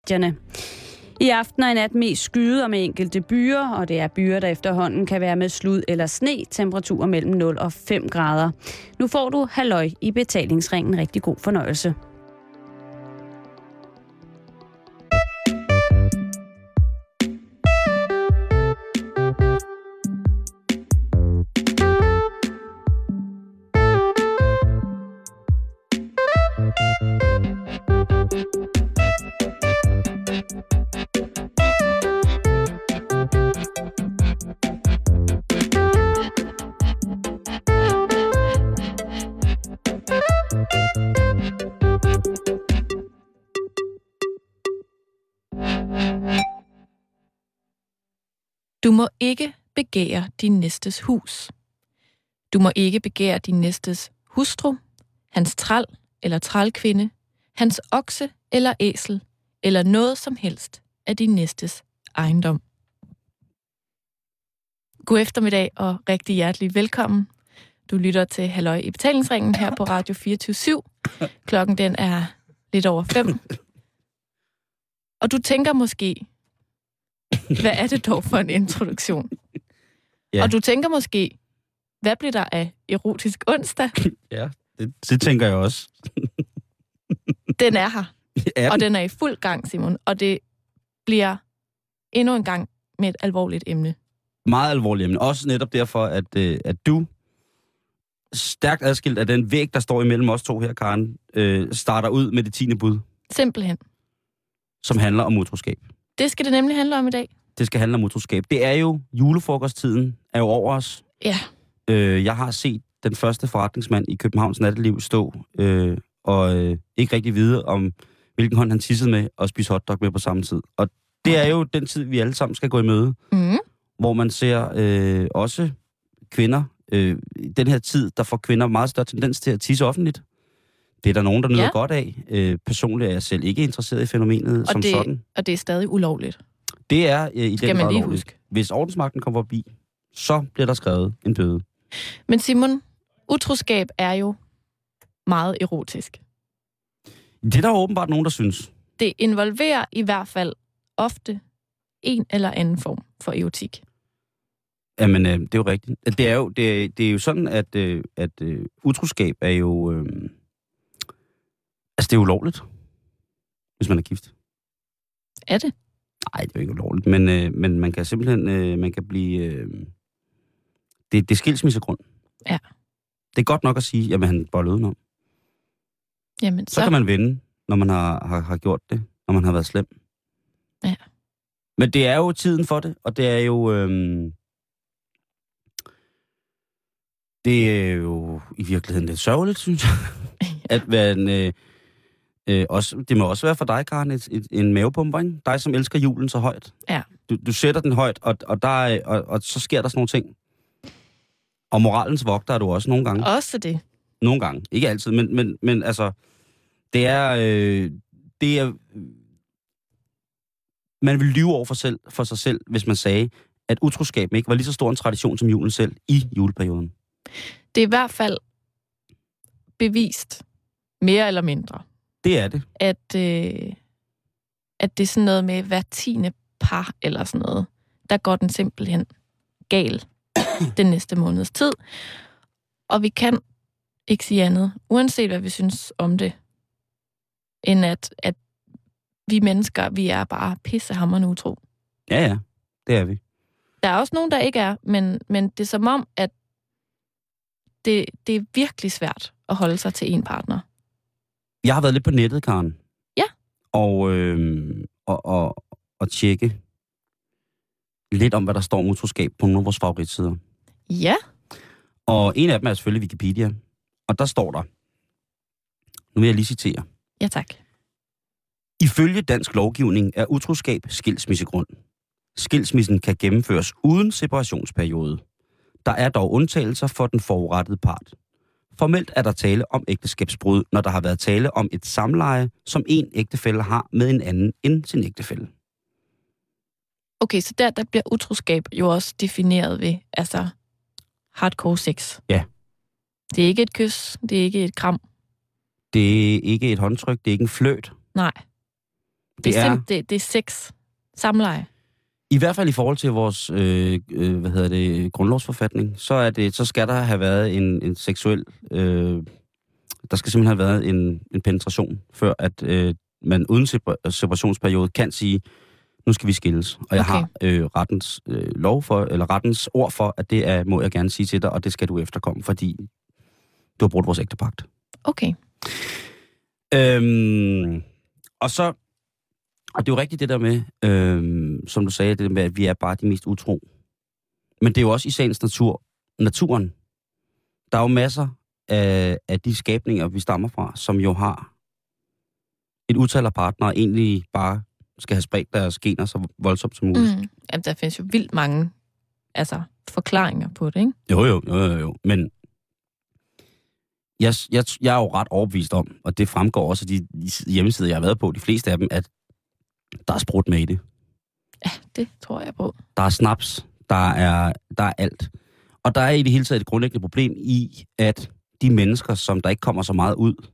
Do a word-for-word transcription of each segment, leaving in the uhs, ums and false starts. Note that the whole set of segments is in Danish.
I aften og i nat mest skyder med enkelte byer, og det er byer, der efterhånden kan være med slud eller sne, temperaturer mellem nul og fem grader. Nu får du halløj i betalingsringen. Rigtig god fornøjelse. Du må ikke begære din næstes hus. Du må ikke begære din næstes hustru, hans træl eller trælkvinde, hans okse eller æsel, eller noget som helst af din næstes ejendom. God eftermiddag og rigtig hjertelig velkommen. Du lytter til Halløj i betalingsringen her på Radio fireogtyve syv. Klokken den er lidt over fem. Og du tænker måske, hvad er det dog for en introduktion? Ja. Og du tænker måske, hvad bliver der af erotisk onsdag? Ja, det, det tænker jeg også. Den er her. Er den? Og den er i fuld gang, Simon. Og det bliver endnu en gang med et alvorligt emne. Meget alvorligt emne. Også netop derfor, at, øh, at du, stærkt adskilt af den væg, der står imellem os to her, Karen, øh, starter ud med det tiende bud. Simpelthen. Som handler om utroskab. Det skal det nemlig handle om i dag. Det skal handle om utroskab. Det er jo julefrokosttiden, er jo over os. Ja. Øh, jeg har set den første forretningsmand i Københavns natteliv stå øh, og øh, ikke rigtig vide om, hvilken hånd han tissede med og spise hotdog med på samme tid. Og det er jo den tid, vi alle sammen skal gå i møde. Mm. Hvor man ser øh, også kvinder, øh, den her tid, der får kvinder meget større tendens til at tisse offentligt. Det er der nogen, der nyder ja. godt af. Øh, personligt er jeg selv ikke interesseret i fænomenet og som det, sådan. Og det er stadig ulovligt. Det er øh, i Skal den man grad lige lovligt. huske. Hvis ordensmagten kommer forbi, så bliver der skrevet en bøde. Men Simon, utroskab er jo meget erotisk. Det er der åbenbart nogen, der synes. Det involverer i hvert fald ofte en eller anden form for erotik. Jamen, øh, det er jo rigtigt. Det er jo, det, det er jo sådan, at, øh, at øh, utroskab er jo... Øh, altså, det er ulovligt, hvis man er gift. Er det? Nej, det er jo ikke ulovligt, men, øh, men man kan simpelthen øh, man kan blive... Øh, det, det er skilsmissegrund. Ja. Det er godt nok at sige, jamen han boller udenom. Jamen, så... så kan man vinde, når man har, har, har gjort det, når man har været slem. Ja. Men det er jo tiden for det, og det er jo... Øh, det er jo i virkeligheden lidt sørgeligt, synes jeg. Ja. At være en... Øh, Øh, også, det må også være for dig, Karen, et, et, en mavepumper, ikke? Dig, som elsker julen så højt. Ja. Du, du sætter den højt, og, og, der, og, og så sker der sådan nogle ting. Og moralens vogter er du også nogle gange. Også det. Nogle gange. Ikke altid, men, men, men altså, det er... Øh, det er man vil lyve over for, selv, for sig selv, hvis man sagde, at utroskab ikke var lige så stor en tradition som julen selv i juleperioden. Det er i hvert fald bevist, mere eller mindre. Det er det. At, øh, at det er sådan noget med hver tiende par eller sådan noget. Der går den simpelthen gal den næste måneds tid. Og vi kan ikke sige andet, uanset hvad vi synes om det, end at, at vi mennesker, vi er bare pissehamrende utro. Ja, ja. Det er vi. Der er også nogen, der ikke er, men, men det er som om, at det, det er virkelig svært at holde sig til en partner. Jeg har været lidt på nettet, Karen. Ja. Og, øh, og, og, og tjekke lidt om, hvad der står om utroskab på nogle af vores favoritsider. Ja. Og en af dem er selvfølgelig Wikipedia. Og der står der, nu vil jeg lige citere. Ja, tak. Ifølge dansk lovgivning er utroskab skilsmissegrund. Skilsmissen kan gennemføres uden separationsperiode. Der er dog undtagelser for den forurettede part. Formelt er der tale om ægteskabsbrud, når der har været tale om et samleje, som en ægtefælle har med en anden end sin ægtefælle. Okay, så der, der bliver utroskab jo også defineret ved, altså, hardcore sex. Ja. Det er ikke et kys, det er ikke et kram. Det er ikke et håndtryk, det er ikke en fløjt. Nej. Det, det, er, sim- det, det er sex. Samleje. I hvert fald i forhold til vores øh, øh, hvad hedder det, grundlovsforfatning, så, er det, så skal der have været en, en seksuel... Øh, der skal simpelthen have været en, en penetration, før at øh, man uden separationsperiode kan sige, nu skal vi skilles. Og jeg okay. har øh, rettens øh, lov for, eller rettens ord for, at det er, må jeg gerne sige til dig, og det skal du efterkomme, fordi du har brugt vores ægtepagt. Okay. Øhm, og så, og det er jo rigtigt det der med, øhm, som du sagde, det der med, at vi er bare de mest utro. Men det er jo også i sagens natur, naturen. Der er jo masser af, af de skabninger, vi stammer fra, som jo har et utal af partnere, egentlig bare skal have spredt deres gener så voldsomt som muligt. Mm. Jamen, der findes jo vildt mange altså, forklaringer på det, ikke? Jo, jo, jo, jo, jo. Men jeg, jeg, jeg er jo ret overbevist om, og det fremgår også af de, de hjemmesider, jeg har været på, de fleste af dem, at der er sprudt med i det. Ja, det tror jeg på. Der er snaps, der er, der er alt. Og der er i det hele taget et grundlæggende problem i, at de mennesker, som der ikke kommer så meget ud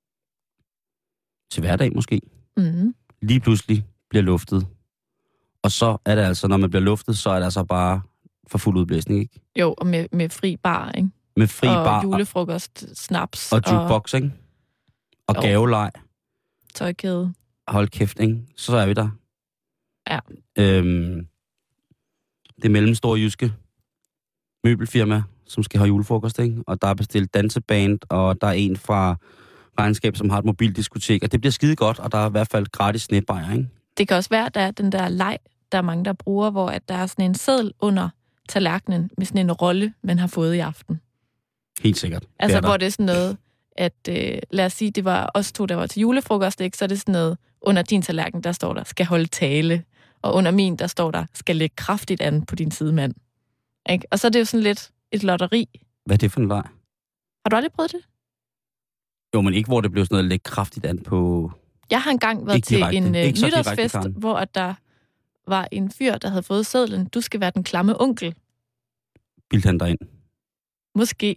til hverdag måske, mm. lige pludselig bliver luftet. Og så er det altså, når man bliver luftet, så er det altså bare for fuld udblæsning, ikke? Jo, og med, med fri bar, ikke? Med fri og bar. Og julefrokost, snaps. Og jukebox, ikke? Og gaveleg. Tøjkæde. Hold kæft, ikke? Så er vi der. Ja. Øhm, det mellemstore jyske møbelfirma, som skal have julefrokost, ikke? Og der er bestilt danseband, og der er en fra regnskab, som har et mobildiskotek, og det bliver skide godt, og der er i hvert fald gratis snitbajer, ikke? Det kan også være, at der er den der leg, der er mange, der bruger, hvor at der er sådan en seddel under tallerkenen med sådan en rolle, man har fået i aften. Helt sikkert. Altså, det hvor det er sådan noget, at øh, lad os sige, det var os to, der var til julefrokost, ikke? Så er det sådan noget, under din tallerken, der står der, skal holde tale, og under min, der står der, skal lægge kraftigt an på din sidemand. Ikke? Og så er det jo sådan lidt et lotteri. Hvad er det for en leg? Har du aldrig prøvet det? Jo, men ikke hvor det blev sådan noget, lægge kraftigt an på... Jeg har engang været til en uh, nytårsfest, hvor at der var en fyr, der havde fået sedlen, du skal være den klamme onkel. Bildte han dig ind? Måske.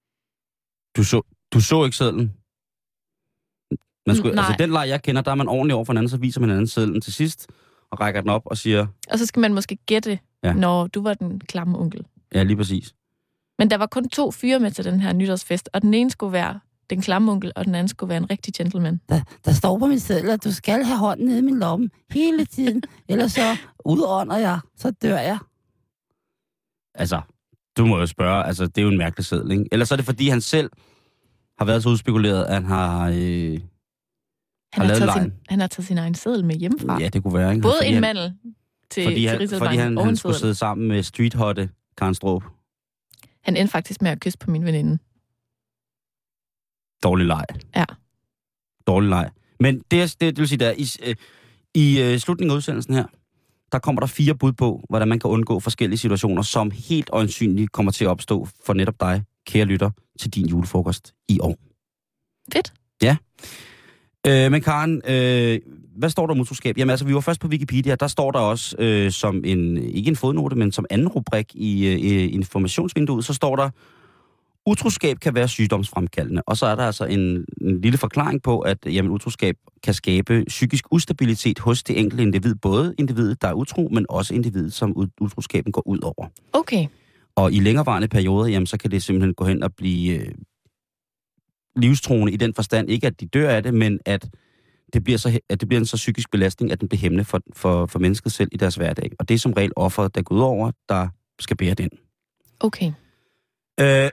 Du så, du så ikke sedlen? Man skulle, altså den leg, jeg kender, der er man ordentlig over for hinanden, så viser man hinanden sedlen til sidst, og rækker den op og siger... Og så skal man måske gætte, ja. Når du var den klamme onkel. Ja, lige præcis. Men der var kun to fyre med til den her nytårsfest, og den ene skulle være den klamme onkel, og den anden skulle være en rigtig gentleman. Der, der står på min seddel, at du skal have hånden nede i min lomme hele tiden, ellers så udånder jeg, så dør jeg. Altså, du må jo spørge, altså det er jo en mærkelig seddel, ikke? Eller så er det fordi, han selv har været så udspekuleret, at han har... Øh, han, har, har lavet sin, han har taget sin egen seddel med hjemmefra. Ja, det kunne være, ikke? Både fordi en han, mandel til, fordi til han, Fordi han, han skulle sidde sammen med streethotte Karen Straarup. Han endte faktisk med at kysse på min veninde. Dårlig leg. Ja. Dårlig leg. Men det, det, det vil sige, der i, øh, i øh, slutningen af udsendelsen her, der kommer der fire bud på, hvordan man kan undgå forskellige situationer, som helt øjensynligt kommer til at opstå for netop dig, kære lytter, til din julefrokost i år. Fedt. Ja. Øh, men Karen, øh, hvad står der om utroskab? Jamen altså, vi var først på Wikipedia, der står der også øh, som en, ikke en fodnote, men som anden rubrik i øh, informationsvinduet, så står der, utroskab kan være sygdomsfremkaldende, og så er der altså en, en lille forklaring på, at jamen, utroskab kan skabe psykisk ustabilitet hos det enkelte individ, både individet, der er utro, men også individet, som utroskaben går ud over. Okay. Og i længerevarende perioder, jamen, så kan det simpelthen gå hen og blive øh, livstruende i den forstand, ikke at de dør af det, men at det bliver, så, at det bliver en så psykisk belastning, at den bliver hæmmende for, for, for mennesket selv i deres hverdag. Og det er som regel offeret, der går ud over, der skal bære den. Okay. Øh,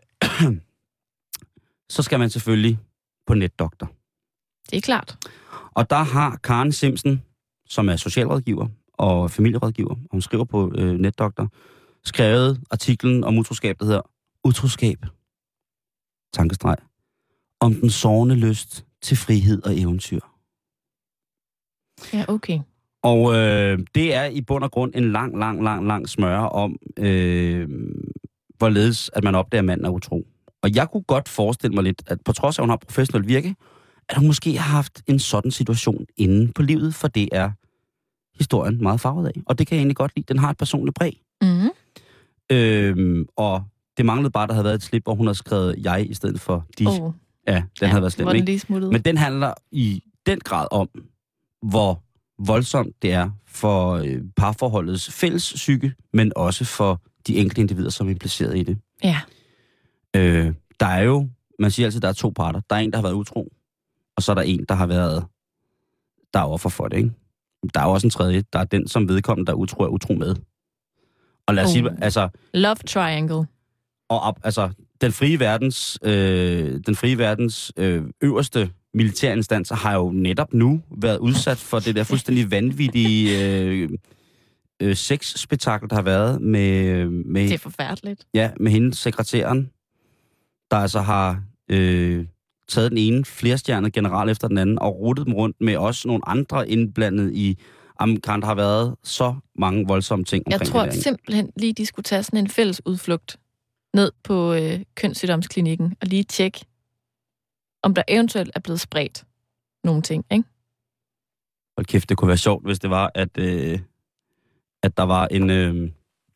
så skal man selvfølgelig på netdoktor. Det er klart. Og der har Karen Simpson, som er socialrådgiver og familierådgiver, og hun skriver på øh, netdoktor, skrevet artiklen om utroskab, der hedder Utroskab, tankestreg, om den sårende lyst til frihed og eventyr. Ja, okay. Og øh, det er i bund og grund en lang, lang, lang, lang smøre om, øh, hvorledes at man opdager, at manden er utro. Og jeg kunne godt forestille mig lidt, at på trods af, at hun har professionel virke, at hun måske har haft en sådan situation inde på livet, for det er historien meget farvet af. Og det kan jeg egentlig godt lide. Den har et personligt præg. Mm-hmm. Øhm, og det manglede bare, der havde været et slip, hvor hun havde skrevet jeg i stedet for de. Oh. Ja, den ja, havde været slem, ikke? Lige smuttet. Men den handler i den grad om, hvor voldsomt det er for øh, parforholdets fælles psyke, men også for de enkelte individer, som er impliceret i det. Ja. Øh, der er jo, man siger altid, at der er to parter. Der er en, der har været utro, og så er der en, der har været, der er offer for det, ikke? Der er jo også en tredje, der er den, som vedkommende, der er utro, er utro med. Og lad os oh. sige, altså... Love triangle. Og altså, den frie verdens, øh, den frie verdens øh, øverste militærinstanser har jo netop nu været udsat for det der fuldstændig vanvittige øh, øh, sexspektakel, der har været med, med... Det er forfærdeligt. Ja, med hende, sekretæren, der altså har øh, taget den ene flerstjernede general efter den anden og ruttet dem rundt med også nogle andre indblandet i... Kan der har været så mange voldsomme ting omkring Jeg tror det der, simpelthen lige, de skulle tage sådan en fælles udflugt ned på øh, kønssygdomsklinikken og lige tjekke, om der eventuelt er blevet spredt nogle ting, ikke? Hold kæft, det kunne være sjovt, hvis det var, at, øh, at der var en... Øh,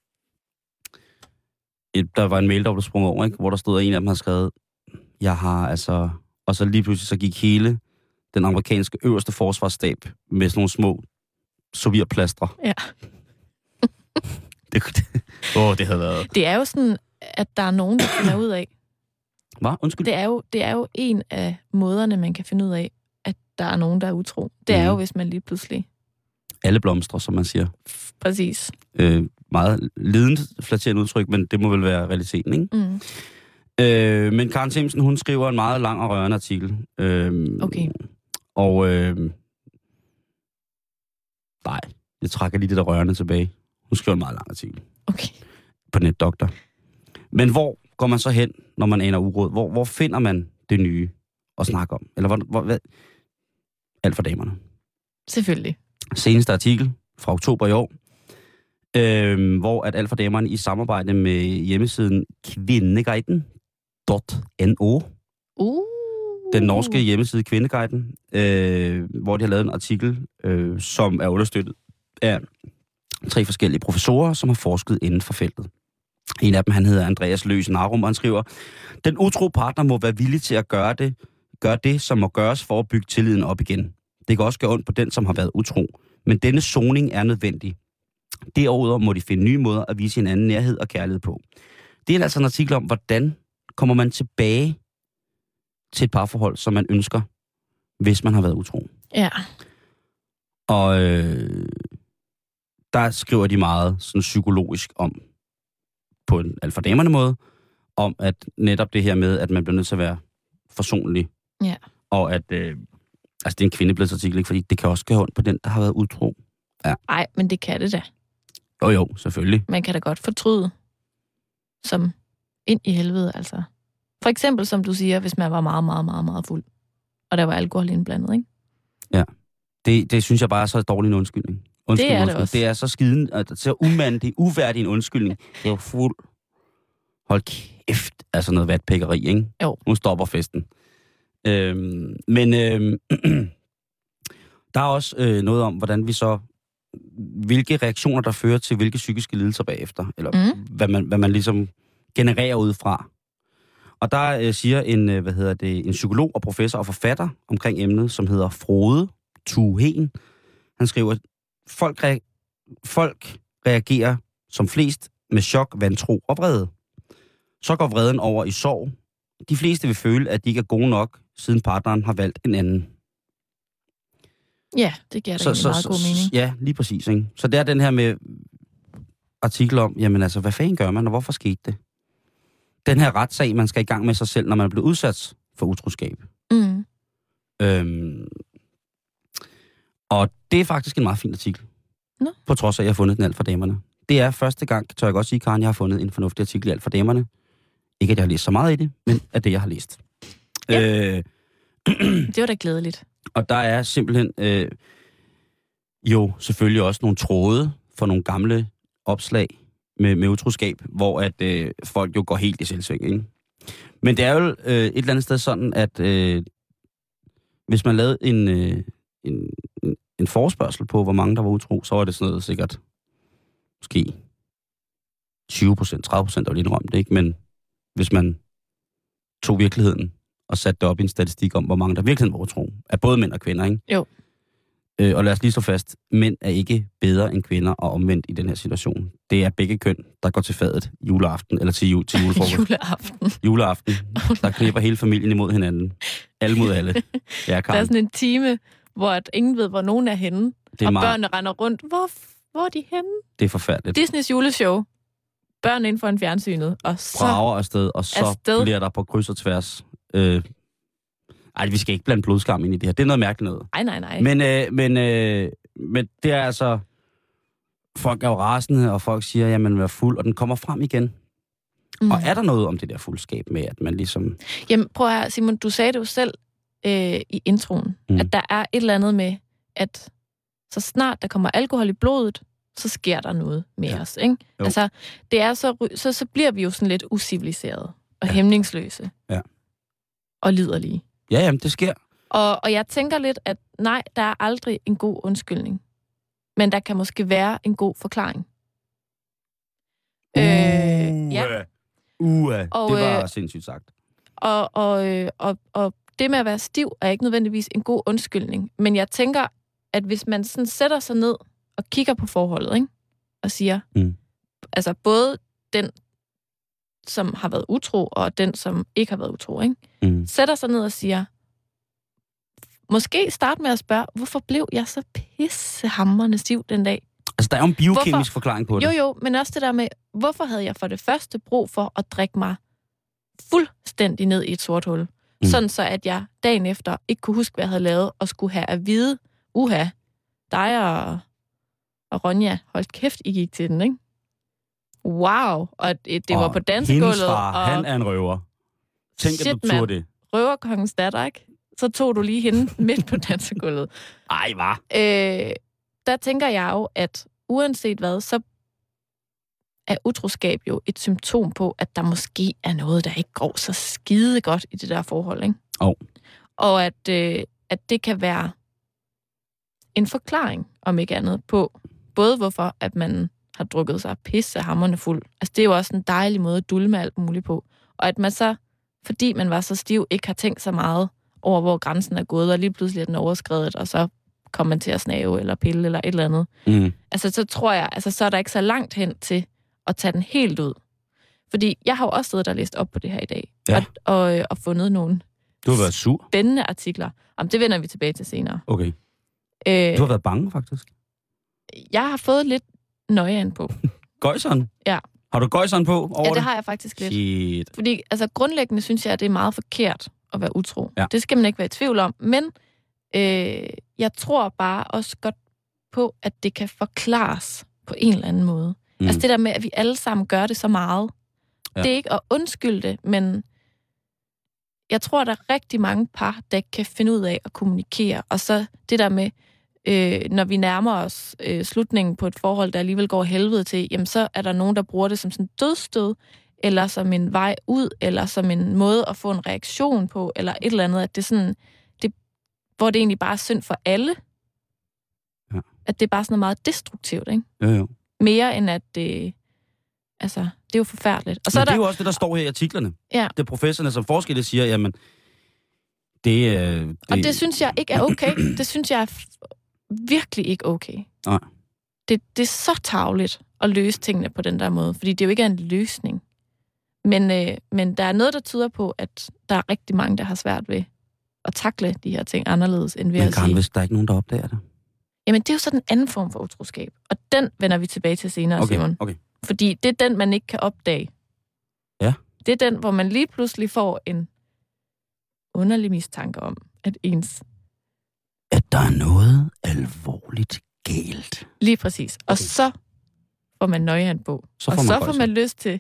et, der var en mail, der blev sprunget over, ikke? Hvor der stod, at en af dem havde skrevet, jeg har altså... Og så lige pludselig så gik hele den amerikanske øverste forsvarsstab med sådan nogle små souvenirplastre. Ja. det, det, åh, det havde været... Det er jo sådan, at der er nogen, der finder ud af. Hvad? Undskyld? Det er, jo, det er jo en af måderne, man kan finde ud af, at der er nogen, der er utro. Det er mm. jo, hvis man lige pludselig... Alle blomster, som man siger. Præcis. Øh, meget lidende, flatterende udtryk, men det må vel være realiteten, ikke? Mm. Øh, men Karen Thimsen, hun skriver en meget lang og rørende artikel. Øh, okay. Og... Øh, nej, jeg trækker lige det der rørende tilbage. Hun skriver en meget lang artikel. Okay. På NetDoktor. Men hvor går man så hen, når man aner uråd? Hvor, hvor finder man det nye at snakke om? Eller hvor, hvor, hvad? Alt for damerne. Selvfølgelig. Seneste artikel fra oktober i år, øh, hvor at Alt for damerne i samarbejde med hjemmesiden Kvindeguiden punktum no, uh. den norske hjemmeside Kvindeguiden, øh, hvor de har lavet en artikel, øh, som er understøttet af tre forskellige professorer, som har forsket inden for feltet. En af dem, han hedder Andreas Løs Narum, og han skriver, den utro partner må være villig til at gøre det, gøre det, som må gøres for at bygge tilliden op igen. Det kan også gøre ondt på den, som har været utro. Men denne soning er nødvendig. Derudover må de finde nye måder at vise hinanden nærhed og kærlighed på. Det er altså en artikel om, hvordan kommer man tilbage til et parforhold, som man ønsker, hvis man har været utro. Ja. Og øh, der skriver de meget sådan psykologisk om, på en alt for damerne måde, om at netop det her med, at man bliver nødt til at være forsonlig. Ja. Og at, øh, altså det er en kvindebladsartikel, ikke? Fordi det kan også gøre ondt på den, der har været utro. Ja. Nej, men det kan det da. Jo jo, selvfølgelig. Man kan da godt fortryde, som ind i helvede, altså. For eksempel, som du siger, hvis man var meget, meget, meget, meget fuld, og der var alkohol indblandet, ikke? Ja. Det, det synes jeg bare er så dårlig en undskyldning. Undskyld, det er det undskyld. også. Det er så skiden, så umandig, uværdig en undskyldning. Det er jo fuld. Hold kæft, altså noget vatpækkeri, ikke? Jo. Nu stopper festen. Øhm, men øhm, der er også øh, noget om, hvordan vi så, hvilke reaktioner, der fører til hvilke psykiske lidelser bagefter, eller mm. hvad, man, hvad man ligesom genererer udefra. Og der øh, siger en, øh, hvad hedder det, en psykolog og professor og forfatter omkring emnet, som hedder Frode Thuhen. Han skriver, folk, re- folk reagerer som flest med chok, vantro og vrede. Så går vreden over i sorg. De fleste vil føle, at de ikke er gode nok, siden partneren har valgt en anden. Ja, det giver da en meget god mening. Ja, lige præcis. Ikke? Så det er den her med artikel om, jamen altså, hvad fanden gør man, og hvorfor skete det? Den her retssag, man skal i gang med sig selv, når man er blevet udsat for utroskab. Mm. Øhm, og det er faktisk en meget fin artikel. Nå. På trods af, at jeg har fundet den Alt for damerne. Det er første gang, tør jeg godt sige, Karen, jeg har fundet en fornuftig artikel i Alt for damerne. Ikke, at jeg har læst så meget i det, men at det, jeg har læst. Ja. Øh, det var da glædeligt. Og der er simpelthen øh, jo selvfølgelig også nogle tråde for nogle gamle opslag med, med utroskab, hvor at øh, folk jo går helt i selvsving, ikke? Men det er jo øh, et eller andet sted sådan, at øh, hvis man lavede en, øh, en, en forespørgsel på, hvor mange der var utro, så var det sådan noget sikkert måske tyve procent, tredive procent, der var lidt indrømt, ikke? Men hvis man tog virkeligheden og satte det op i en statistik om, hvor mange der virkelig var utro, af både mænd og kvinder, ikke? Jo. Øh, og lad os lige slå fast, mænd er ikke bedre end kvinder og omvendt i den her situation. Det er begge køn, der går til fadet juleaften, eller til, jul, til julefrokost. Juleaften. Juleaften. Der knipper hele familien imod hinanden. Alle mod alle. Ja, der er sådan en time, hvor at ingen ved, hvor nogen er henne. Det er og meget... børnene render rundt. Hvor, hvor er de henne? Det er forfærdeligt. Disneys juleshow. Børn inden for en fjernsynet. Og så brager afsted, og så afsted. Bliver der på kryds og tværs... Øh... Ej, vi skal ikke blande blodskam ind i det her. Det er noget mærkeligt noget. Nej, nej, nej. Men, øh, men, øh, men det er altså... Folk er jo rasende, og folk siger, jamen, vær fuld, og den kommer frem igen. Mm. Og er der noget om det der fuldskab med, at man ligesom... Jamen, prøv at høre, Simon, du sagde det jo selv øh, i introen, mm. at der er et eller andet med, at så snart der kommer alkohol i blodet, så sker der noget med ja. os, ikke? Jo. Altså, det er så, så, så bliver vi jo sådan lidt uciviliserede og ja. hæmningsløse. Ja. Og liderlige. Ja, jamen, det sker. Og, og jeg tænker lidt, at nej, der er aldrig en god undskyldning. Men der kan måske være en god forklaring. Uh, øh, ja. Uh, og, det var øh, sindssygt sagt. Og, og, øh, og, og det med at være stiv er ikke nødvendigvis en god undskyldning. Men jeg tænker, at hvis man sådan sætter sig ned og kigger på forholdet, ikke? Og siger, mm. altså både den, som har været utro, og den, som ikke har været utro, ikke? Mm. Sætter sig ned og siger, måske start med at spørge, hvorfor blev jeg så pissehamrende stiv den dag? Altså, der er jo en biokemisk hvorfor? forklaring på det. Jo, jo, men også det der med, hvorfor havde jeg for det første brug for at drikke mig fuldstændig ned i et sort hul? Mm. Sådan så, at jeg dagen efter ikke kunne huske, hvad jeg havde lavet, og skulle have at vide, uha, dig og, og Ronja, holdt kæft, I gik til den, ikke? Wow, og det, det og var på dansegulvet. Far, og han er en røver. Tænk, shit, at du tog det. Røverkongens datter, ikke? Så tog du lige hende midt på dansegulvet. Ej, hvad? Øh, der tænker jeg jo, at uanset hvad, så er utroskab jo et symptom på, at der måske er noget, der ikke går så skide godt i det der forhold, ikke? Oh. Og at, øh, at det kan være en forklaring, om ikke andet, på både hvorfor, at man har drukket sig pissehamrende fuld. Altså, det er jo også en dejlig måde at dulme alt muligt på. Og at man så, fordi man var så stiv, ikke har tænkt så meget over, hvor grænsen er gået, og lige pludselig er den overskredet, og så kommer man til at snave eller pille eller et eller andet. Mm. Altså, så tror jeg, altså, så er der ikke så langt hen til at tage den helt ud. Fordi jeg har jo også siddet og læst op på det her i dag, ja. og, og, og fundet nogle du har været sur. spændende artikler. Jamen, det vender vi tilbage til senere. Okay. Øh, du har været bange, faktisk. Jeg har fået lidt nøjeren på. Gøjseren? Ja. Har du gøjseren på over Ja, det det? har jeg faktisk lidt. Shit. Fordi altså, grundlæggende synes jeg, at det er meget forkert at være utro. Ja. Det skal man ikke være i tvivl om. Men øh, jeg tror bare også godt på, at det kan forklares på en eller anden måde. Mm. Altså det der med, at vi alle sammen gør det så meget. Ja. Det er ikke at undskylde det, men jeg tror, der er rigtig mange par, der kan finde ud af at kommunikere. Og så det der med, øh, når vi nærmer os øh, slutningen på et forhold, der alligevel går helvede til, jamen så er der nogen, der bruger det som sådan dødsstød, eller som en vej ud, eller som en måde at få en reaktion på, eller et eller andet, at det er sådan, det, hvor det egentlig bare er synd for alle. Ja. At det er bare sådan noget meget destruktivt, ikke? Jo, jo. Mere end at det, altså, det er jo forfærdeligt. Og så Men er det er der, jo også det, der står her i artiklerne. Ja. Det er professorerne, som forskelle siger, jamen, det er... Det... Og det synes jeg ikke er okay. Det synes jeg er virkelig ikke okay. Nej. Det, det er så tarveligt at løse tingene på den der måde, fordi det jo ikke er en løsning. Men, øh, men der er noget, der tyder på, at der er rigtig mange, der har svært ved at takle de her ting anderledes, end ved men at sige... Men hvis der er ikke nogen, der opdager det? Jamen, det er jo sådan en anden form for utroskab. Og den vender vi tilbage til senere, okay, Simon. Okay. Fordi det er den, man ikke kan opdage. Ja. Det er den, hvor man lige pludselig får en underlig mistanke om, at ens... At der er noget alvorligt galt. Lige præcis. Og okay. så får man nøjeren på. Så og får så man får man lyst til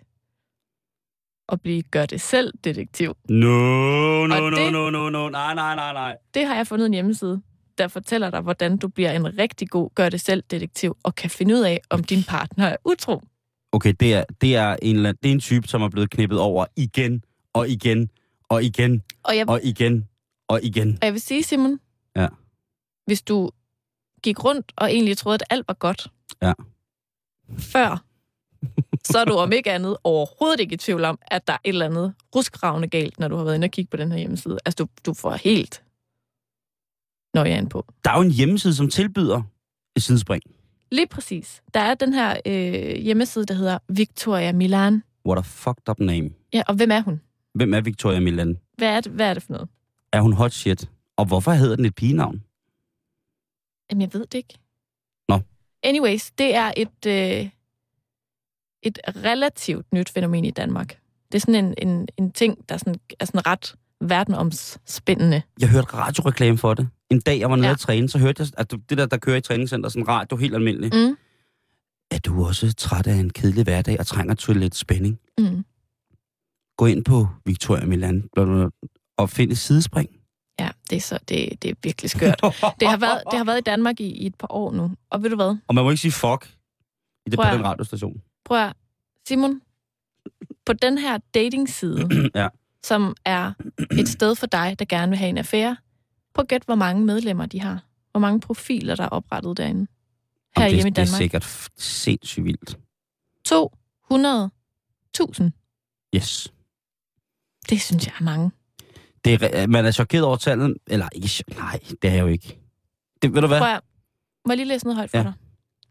at blive gør-det-selv-detektiv. No, no, no, no, no, no, nej, nej, nej, nej. Det har jeg fundet en hjemmeside, der fortæller dig, hvordan du bliver en rigtig god gør-det-selv-detektiv, og kan finde ud af, om din partner er utro. Okay, det er, det er, en, det er en type, som er blevet knippet over igen, og igen, og igen, og, jeg, og igen, og igen. Og jeg vil sige, Simon, ja. Hvis du gik rundt og egentlig troede, at alt var godt, ja. før, så er du om ikke andet overhovedet ikke i tvivl om, at der er et eller andet ruskravende galt, når du har været inde og kigge på den her hjemmeside. Altså, du, du får helt nøjeren på. Der er jo en hjemmeside, som tilbyder et sidespring. Lige præcis. Der er den her øh, hjemmeside, der hedder Victoria Milan. What a fucked up name. Ja, og hvem er hun? Hvem er Victoria Milan? Hvad er det, hvad er det for noget? Er hun hot shit? Og hvorfor hedder den et pigenavn? Jamen, jeg ved det ikke. Nå. Anyways, det er et, øh, et relativt nyt fænomen i Danmark. Det er sådan en, en, en ting, der sådan, er sådan ret verdenomspændende. Jeg hørte radioreklame for det. En dag, jeg var nede Ja. at træne, så hørte jeg, at det der, der kører i træningscenter, sådan radio, helt almindeligt. Mm. Er du også træt af en kedelig hverdag og trænger til lidt spænding? Mm. Gå ind på Victoria Milan og find et sidespring. Ja, det er, så, det, det er virkelig skørt. Det har været, det har været i Danmark i, i et par år nu. Og ved du hvad? Og man må ikke sige fuck i det Prøv på at- den radiostation. Prøv at, Simon, på den her datingside, Ja. som er et sted for dig, der gerne vil have en affære, prøv at gætte, hvor mange medlemmer de har. Hvor mange profiler, der er oprettet derinde. Her Jamen, hjemme i det, det er Danmark. sikkert f- sindssygt vildt. to hundrede tusind. Yes. Det synes jeg er mange. Det er, man er chokeret over tallet. Eller ikke, cho- nej, det er jeg jo ikke. Det, ved du hvad? Prøv at, må jeg lige læse noget højt for Ja. dig?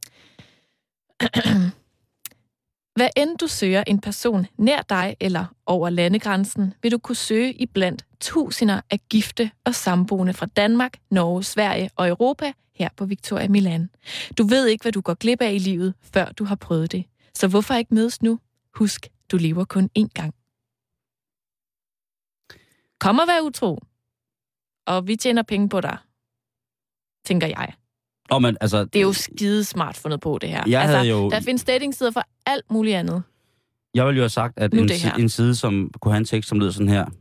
Hvad end du søger en person nær dig eller over landegrænsen, vil du kunne søge i blandt tusinder af gifte og samboende fra Danmark, Norge, Sverige og Europa her på Victoria Milan. Du ved ikke, hvad du går glip af i livet, før du har prøvet det. Så hvorfor ikke mødes nu? Husk, du lever kun én gang. Kom og vær utro. Og vi tjener penge på dig, tænker jeg. Og man, altså, Det er jo skide smart fundet på, det her. Jeg altså, havde jo- Der findes datingsider for alt muligt andet. Jeg ville jo have sagt, at Nu en, det her. si- en side, som kunne have en tekst, som lyder sådan her.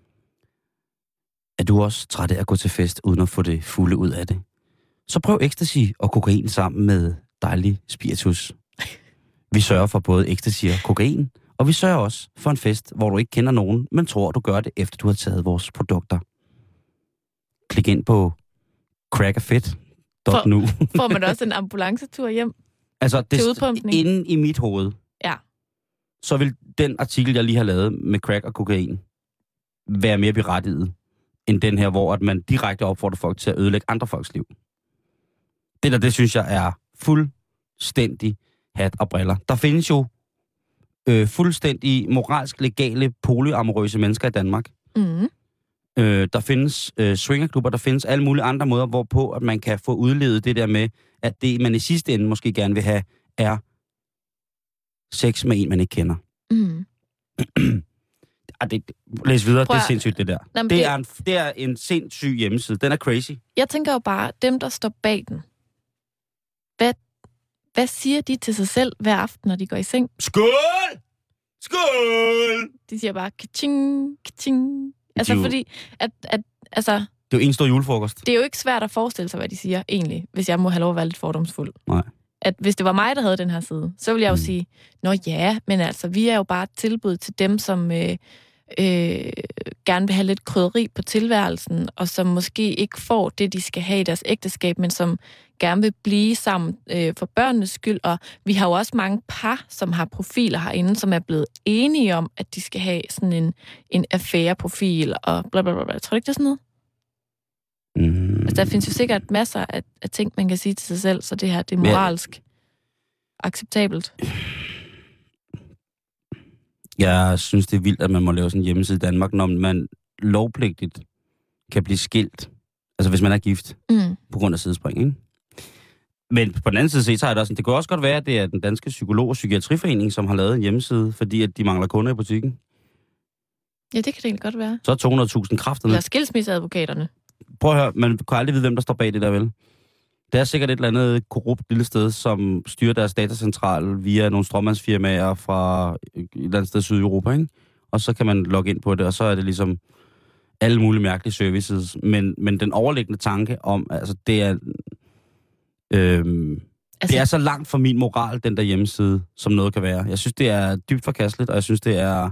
Er du også træt af at gå til fest, uden at få det fulde ud af det? Så prøv ecstasy og kokain sammen med dejlig spiritus. Vi sørger for både ecstasy og kokain, og vi sørger også for en fest, hvor du ikke kender nogen, men tror, du gør det, efter du har taget vores produkter. Klik ind på crackafit punktum nu. Får man også en ambulancetur hjem? Altså, det, Til udpumpning. inde i mit hoved, Ja. så vil den artikel, jeg lige har lavet med crack og kokain, være mere berettiget, end den her, hvor at man direkte opfordrer folk til at ødelægge andre folks liv. Det der, det synes jeg er fuldstændig hat og briller. Der findes jo øh, fuldstændig moralsk legale polyamorøse mennesker i Danmark. Mm. Øh, der findes øh, swingerklubber, der findes alle mulige andre måder, hvorpå at man kan få udlevet det der med, at det, man i sidste ende måske gerne vil have, er sex med en, man ikke kender. Mm. Ah, det, læs videre, Prøv det er at- sindssygt, det der. Jamen, det, det- er en, det er en sindssyg hjemmeside. Den er crazy. Jeg tænker jo bare, dem, der står bag den, hvad, hvad siger de til sig selv hver aften, når de går i seng? Skål! Skål! De siger bare, kaching, kaching. Altså, De er jo- fordi, at, at, altså, Det er jo en stor julefrokost. det er jo ikke svært at forestille sig, hvad de siger, egentlig, hvis jeg må have lov at være lidt fordomsfuld. Nej. At hvis det var mig, der havde den her side, så ville jeg jo Mm. sige, nå ja, men altså, vi er jo bare et tilbud til dem, som øh, øh, gerne vil have lidt krydderi på tilværelsen, og som måske ikke får det, de skal have i deres ægteskab, men som gerne vil blive sammen øh, for børnenes skyld. Og vi har jo også mange par, som har profiler herinde, som er blevet enige om, at de skal have sådan en, en affære-profil, og bla bla bla. bla. Tror du ikke, det er sådan noget? Mm. Altså, der findes jo sikkert masser af, af ting, man kan sige til sig selv, så det her, det er Men- moralsk acceptabelt. Jeg synes, det er vildt, at man må lave sådan en hjemmeside i Danmark, når man lovpligtigt kan blive skilt. Altså, hvis man er gift Mm. på grund af sidespring, ikke? Men på den anden side set, så er det også sådan, det kan også godt være, at det er den danske psykolog- og psykiatriforening, som har lavet en hjemmeside, fordi at de mangler kunder i butikken. Ja, det kan det egentlig godt være. Så er to hundrede tusind kræfterne. Eller skilsmisseadvokaterne. Prøv at høre, man kan aldrig vide, hvem der står bag det der, vel? Det er sikkert et eller andet korrupt lille sted, som styrer deres datacentral via nogle strømmandsfirmaer fra et eller andet sted i Sydeuropa, ikke? Og så kan man logge ind på det, og så er det ligesom alle mulige mærkelige services. Men, men den overliggende tanke om, altså det er... Øhm, Altså, det er så langt fra min moral, den der hjemmeside, som noget kan være. Jeg synes, det er dybt forkasteligt, og jeg synes, det er...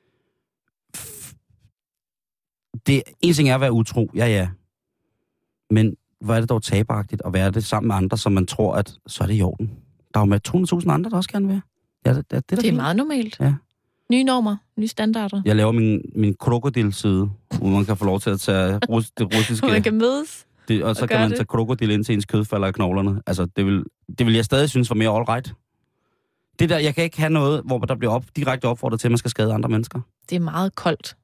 Det, en ting er at være utro, ja ja. Men hvor er det dog taberagtigt at være det sammen med andre, som man tror, at så er det i orden. Der er jo med to hundrede tusind andre, der også gerne vil være. Ja, det, det, det, er, det er meget normalt. Ja. Nye normer, nye standarder. Jeg laver min, min krokodilside, hvor man kan få lov til at tage rus, det russiske... Hvor man kan mødes. Det, og så Og kan gør man det. tage krokodil ind til ens kød falder af knoglerne. Altså, det vil, det vil jeg stadig synes var mere all right. Det der, jeg kan ikke have noget, hvor der bliver op, direkte opfordret til, at man skal skade andre mennesker. Det er meget koldt.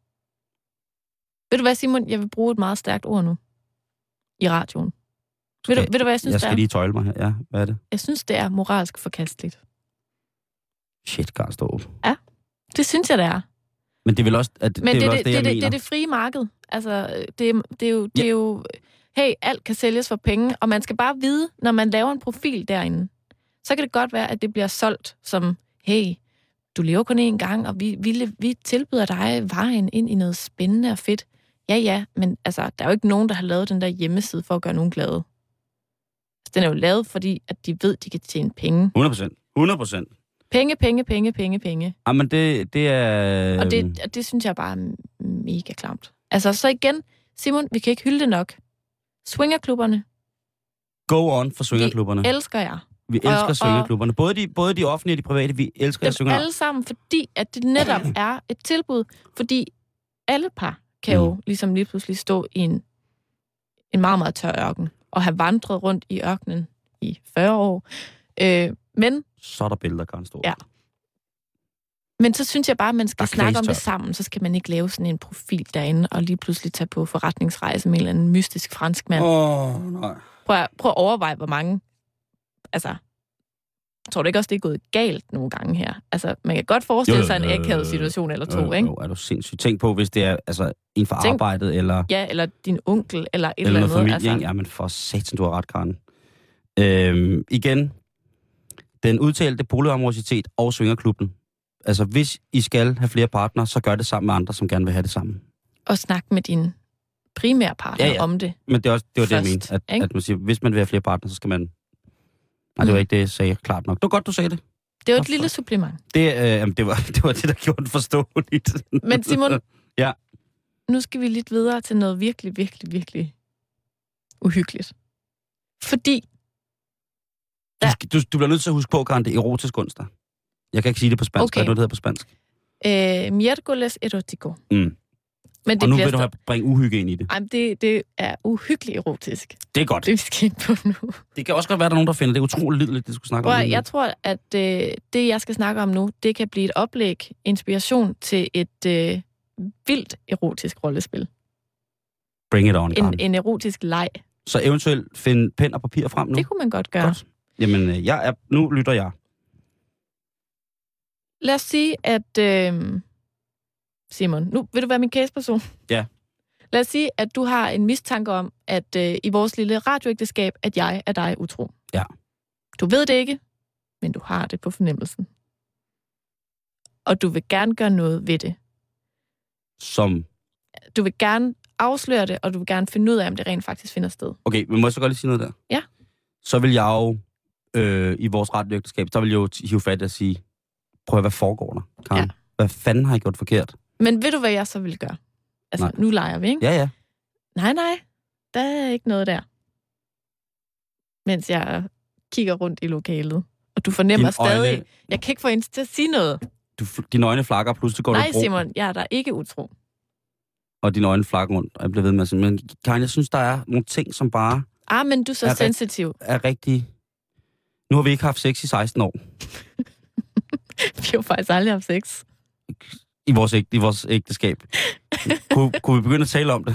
Ved du hvad, Simon? Jeg vil bruge et meget stærkt ord nu. I radioen. Ved du, Okay, ved du hvad jeg synes, Jeg det skal er? lige tøjle mig her. Ja, hvad er det? Jeg synes, det er moralsk forkasteligt. Shit, Karl Storff. Det synes jeg, det er. Men det er vel også, at, Men det, det, er vel det, også det, det, jeg det, det, mener. det er det frie marked. Altså, det, er- det, er jo, det Ja. er jo... Hey, alt kan sælges for penge, og man skal bare vide, når man laver en profil derinde, så kan det godt være, at det bliver solgt som, hey, du lever kun én gang, og vi, vi, vi tilbyder dig vejen ind i noget spændende og fedt. Ja, ja, men altså, der er jo ikke nogen, der har lavet den der hjemmeside for at gøre nogen glade. Den er jo lavet, fordi at de ved, de kan tjene penge. hundrede procent. hundrede procent. Penge, penge, penge, penge, penge. Jamen, det, det er... Og det, og det synes jeg bare er mega klamt. Altså, så igen, Simon, vi kan ikke hylde det nok. Swingerklubberne, Go on for swingerklubberne. vi elsker jer. Vi elsker og- swingerklubberne. Både de, både de offentlige og de private, vi elsker jer Dem swinger. alle sammen, fordi at det netop er et tilbud. Fordi alle par kan jo Mm. ligesom lige pludselig stå i en, en meget, meget tør ørken, og have vandret rundt i ørkenen i fyrre år. Øh, men, Så er der billeder, Karen Storff. Ja. men så synes jeg bare, at man skal Der er snakke om det knastørt. sammen. Så skal man ikke lave sådan en profil derinde, og lige pludselig tage på forretningsrejse med en eller anden mystisk franskmand. Åh, oh, nej. Prøv, at, prøv at overveje, hvor mange... Altså, tror du ikke også, det er gået galt nogle gange her? Altså, man kan godt forestille Jo, jo, sig en jo, jo, akavet jo. situation eller to, Øh, ikke? Jo, er du sindssygt. Tænk på, hvis det er altså, en for Tænk- arbejdet, eller, Ja, eller din onkel, eller et eller eller, noget andet. familie. Altså, Altså. Jamen, for satan, du har ret, Karen. Øhm, igen, den udtalte polyamorositet og swingerklubben. Altså, hvis I skal have flere partnere, så gør det sammen med andre, som gerne vil have det sammen. og snak med din primære partner Ja, ja. om det. Men det, er også, det var det, jeg Først, mente. At, ikke? at man siger, hvis man vil have flere partnere, så skal man... Nej, det var Mm. ikke det, jeg sagde klart nok. Det var godt, du sagde det. Det er jo et Hvorfor? lille supplement. Det, øh, jamen, det, var, det var det, der gjorde det forståeligt. Men Simon, Ja. nu skal vi lidt videre til noget virkelig, virkelig, virkelig uhyggeligt. Fordi, Du, skal- du, du bliver nødt til at huske på, Karen, det er erotisk onsdag. Jeg kan ikke sige det på spansk. Okay. Hvad er det, noget, det hedder på spansk? øh, miércoles erotico. Mm. Men det Og nu bliver vil du have stadig- bringe uhygge ind i det. Ej, men det, det er uhyggeligt erotisk. Det er godt. Det vi skal ind på nu. Det kan også godt være, at der er nogen, der finder det utroligt lideligt, det skulle snakke Prøv, om. at- jeg tror, at øh, det, jeg skal snakke om nu, det kan blive et oplæg, inspiration til et øh, vildt erotisk rollespil. Bring it on, En, Karen. en erotisk leg. Så eventuelt finde pen og papir frem nu. Det kunne man godt gøre. Godt. Jamen, øh, jeg er, nu lytter jeg. Lad os sige, at... Øh, Simon, nu vil du være min caseperson? Ja. Lad os sige, at du har en mistanke om, at øh, i vores lille radioægteskab, at jeg er dig utro. Ja. Du ved det ikke, men du har det på fornemmelsen. Og du vil gerne gøre noget ved det. Som... Du vil gerne afsløre det, og du vil gerne finde ud af, om det rent faktisk finder sted. Okay, men må jeg så godt lige sige noget der? Ja. Så vil jeg jo, øh, i vores radioægteskab, så vil jeg jo t- hive fat og sige, prøv at hvad foregår der, Karen? Ja. Hvad fanden har jeg gjort forkert? Men ved du, hvad jeg så vil gøre? Altså, Nej. nu leger vi, ikke? Ja, ja. Nej, nej. Der er ikke noget der. Mens jeg kigger rundt i lokalet. Og du fornemmer Dine stadig... øjne- Jeg kan ikke få en til at sige noget. Du, dine øjne flakker, pludselig går Nej, du i bro, Simon, jeg er der ikke utro. og dine øjne flakker rundt, og jeg bliver ved med at sige, men Karen, jeg synes, der er nogle ting, som bare Ah, men du er så Er rigt- sensitiv. er rigtig... Nu har vi ikke haft sex i seksten år Vi har jo faktisk aldrig haft sex. i vores, æg, i vores ægteskab. Kun, kunne vi begynde at tale om det?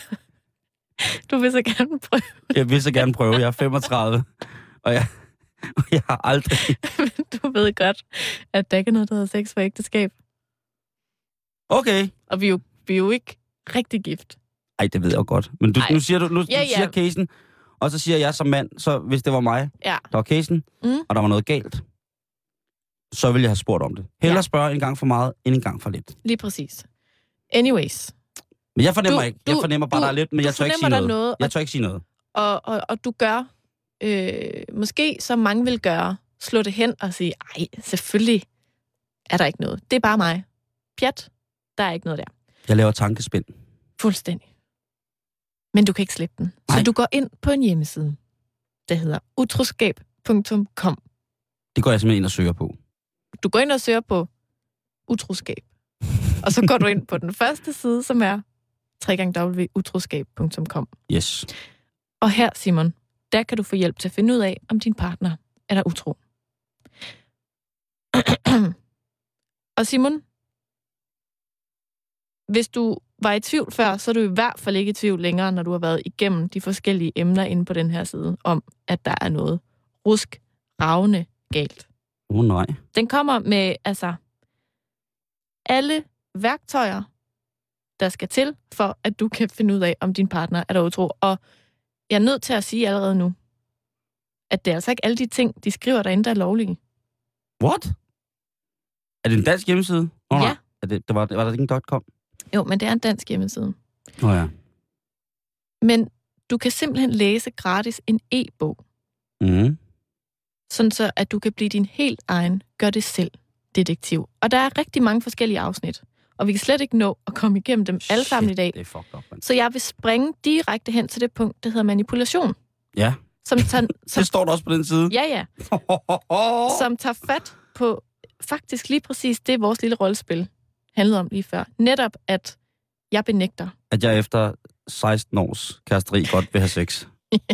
Du vil så gerne prøve, Jeg vil så gerne prøve. Jeg er femogtredive, og jeg, og jeg har aldrig... men du ved godt, at der ikke er noget, der hedder sex for ægteskab. Okay. Og vi er jo, vi er jo ikke rigtig gift. Ej, det ved jeg jo godt. Men du, Ej. nu siger du, nu Ja, ja, ja. siger casen, og så siger jeg som mand, så hvis det var mig, Ja. der var casen, Mm. og der var noget galt, så ville jeg have spurgt om det. Hellere Ja. spørge en gang for meget, end en gang for lidt. Lige præcis. Anyways. Men jeg fornemmer Du- ikke. Jeg du- fornemmer bare, du- der er lidt, men du jeg tør ikke sige fornemmer, der noget. er noget, Jeg og- tør ikke sige noget. Og, og, og du gør, øh, måske som mange vil gøre, slå det hen og sige, ej, selvfølgelig er der ikke noget. Det er bare mig. Pjat, der er ikke noget der. Jeg laver tankespind. Fuldstændig. Men du kan ikke slippe den. Så Nej. du går ind på en hjemmeside, der hedder utroskab punktum com. Det går jeg simpelthen ind og søger på. Du går ind og søger på utroskab. Og så går du ind på den første side, som er w w w punktum utroskab punktum com. Yes. Og her, Simon, der kan du få hjælp til at finde ud af, om din partner er der utro. Og Simon, hvis du var i tvivl før, så er du i hvert fald ikke i tvivl længere, når du har været igennem de forskellige emner inde på den her side, om at der er noget rusk, ravne galt. Åh oh, nej. Den kommer med altså alle værktøjer, der skal til, for at du kan finde ud af, om din partner er der utro. Og jeg er nødt til at sige allerede nu, at det er altså ikke alle de ting, de skriver derinde, der er lovlige. What? Er det en dansk hjemmeside? Oh, ja. Er det, det var, var der ikke en .com? Jo, men det er en dansk hjemmeside. Åh oh, ja. Men du kan simpelthen læse gratis en e-bog. Mhm. Sådan så, at du kan blive din helt egen gør-det-selv-detektiv. Og der er rigtig mange forskellige afsnit. Og vi kan slet ikke nå at komme igennem dem alle sammen i dag. Det er fucked up, man. Så jeg vil springe direkte hen til det punkt, der hedder manipulation. Ja. Som tager, som, det står der også på den side. Ja, ja. Som tager fat på faktisk lige præcis det, vores lille rollespil handlede om lige før. Netop, at jeg benægter. At jeg efter seksten års kæresteri godt vil have sex.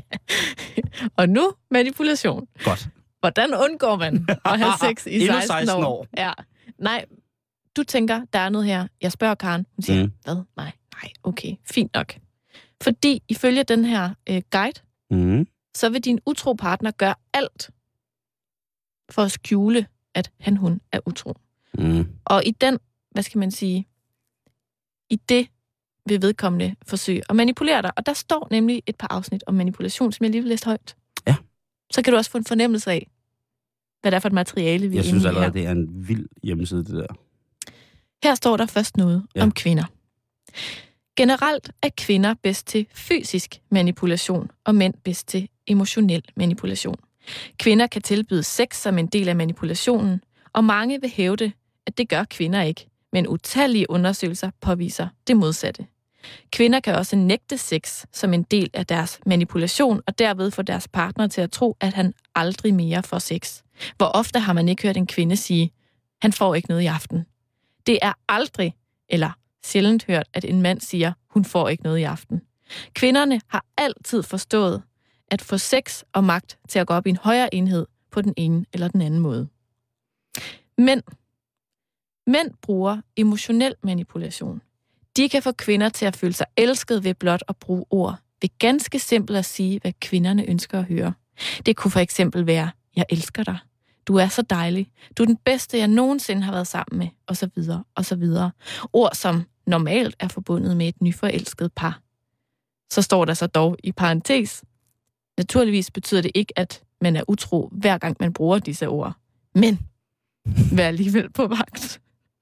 Og nu manipulation. Godt. Hvordan undgår man at have sex i seksten, seksten år? år? Ja. Nej, du tænker, der er noget her. Jeg spørger Karen. Hun siger, mm. hvad? Nej, nej, okay, fint nok. Fordi ifølge den her øh, guide, mm. så vil din utro partner gøre alt for at skjule, at han, hun er utro. Mm. Og i den, hvad skal man sige, i det vil vedkommende forsøge at manipulere dig. Og der står nemlig et par afsnit om manipulation, som jeg lige vil læse højt. Ja. Så kan du også få en fornemmelse af, hvad det er for et materiale, vi jeg er synes inde i allerede, her. det er en vild hjemmeside, det der. Her står der først noget ja. om kvinder. Generelt er kvinder bedst til fysisk manipulation, og mænd bedst til emotionel manipulation. Kvinder kan tilbyde sex som en del af manipulationen, og mange vil hævde, at det gør kvinder ikke, men utallige undersøgelser påviser det modsatte. Kvinder kan også nægte sex som en del af deres manipulation, og derved få deres partner til at tro, at han aldrig mere får sex. Hvor ofte har man ikke hørt en kvinde sige, han får ikke noget i aften. Det er aldrig, eller sjældent hørt, at en mand siger, hun får ikke noget i aften. Kvinderne har altid forstået at få sex og magt til at gå op i en højere enhed på den ene eller den anden måde. Men mænd bruger emotionel manipulation. De kan få kvinder til at føle sig elsket ved blot at bruge ord, ved ganske simpelt at sige, hvad kvinderne ønsker at høre. Det kunne for eksempel være, jeg elsker dig. Du er så dejlig. Du er den bedste, jeg nogensinde har været sammen med, og så videre, og så videre. Ord, som normalt er forbundet med et nyforelsket par. Så står der så dog i parentes. Naturligvis betyder det ikke, at man er utro, hver gang man bruger disse ord. Men vær alligevel på vagt.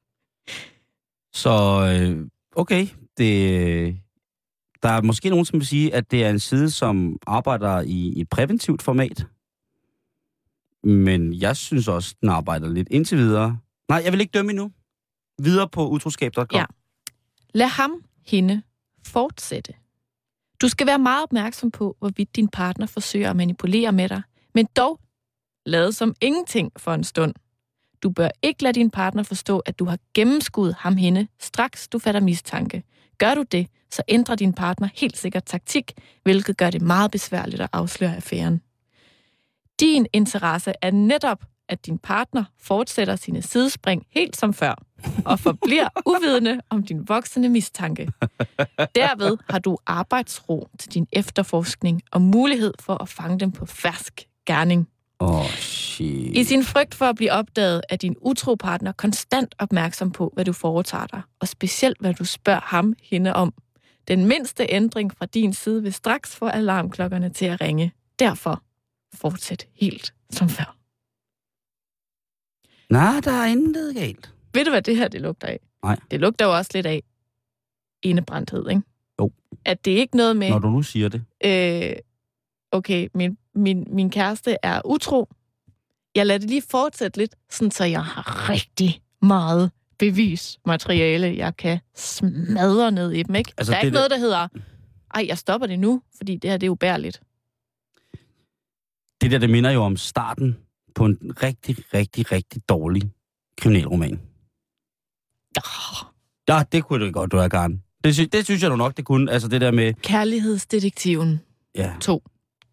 Så okay, det, der er måske nogen, som vil sige, at det er en side, som arbejder i et præventivt format. Men jeg synes også, den arbejder lidt indtil videre. Nej, jeg vil ikke dømme endnu. Videre på utroskab punktum com. Ja. Lad ham, hende, fortsætte. Du skal være meget opmærksom på, hvorvidt din partner forsøger at manipulere med dig, men dog lade som ingenting for en stund. Du bør ikke lade din partner forstå, at du har gennemskuet ham hende, straks du fatter mistanke. Gør du det, så ændrer din partner helt sikkert taktik, hvilket gør det meget besværligt at afsløre affæren. Din interesse er netop, at din partner fortsætter sine sidespring helt som før, og forbliver uvidende om din voksende mistanke. Derved har du arbejdsro til din efterforskning og mulighed for at fange dem på fersk gerning. Oh, shit. I sin frygt for at blive opdaget, er din utro partner konstant opmærksom på, hvad du foretager dig, og specielt hvad du spørger ham hende om. Den mindste ændring fra din side vil straks få alarmklokkerne til at ringe. Derfor fortsæt helt som før. Nej, der er intet galt. Ved du, hvad det her det lugter af? Nej. Det lugter jo også lidt af indebrændthed, ikke? Jo. At det er ikke noget med... Når du nu siger det. Øh, okay, min, min, min kæreste er utro. Jeg lader det lige fortsætte lidt, sådan så jeg har rigtig meget bevismateriale, jeg kan smadre ned i dem, ikke? Altså, der er ikke noget, der hedder, ej, jeg stopper det nu, fordi det her, det er ubærligt. Det der, det minder jo om starten på en rigtig, rigtig, rigtig dårlig kriminalroman. Oh. Ja, det kunne det godt, du er, Karen. Det, sy- det synes jeg nu nok, det kunne. Altså det der med... Kærlighedsdetektiven. Ja. to.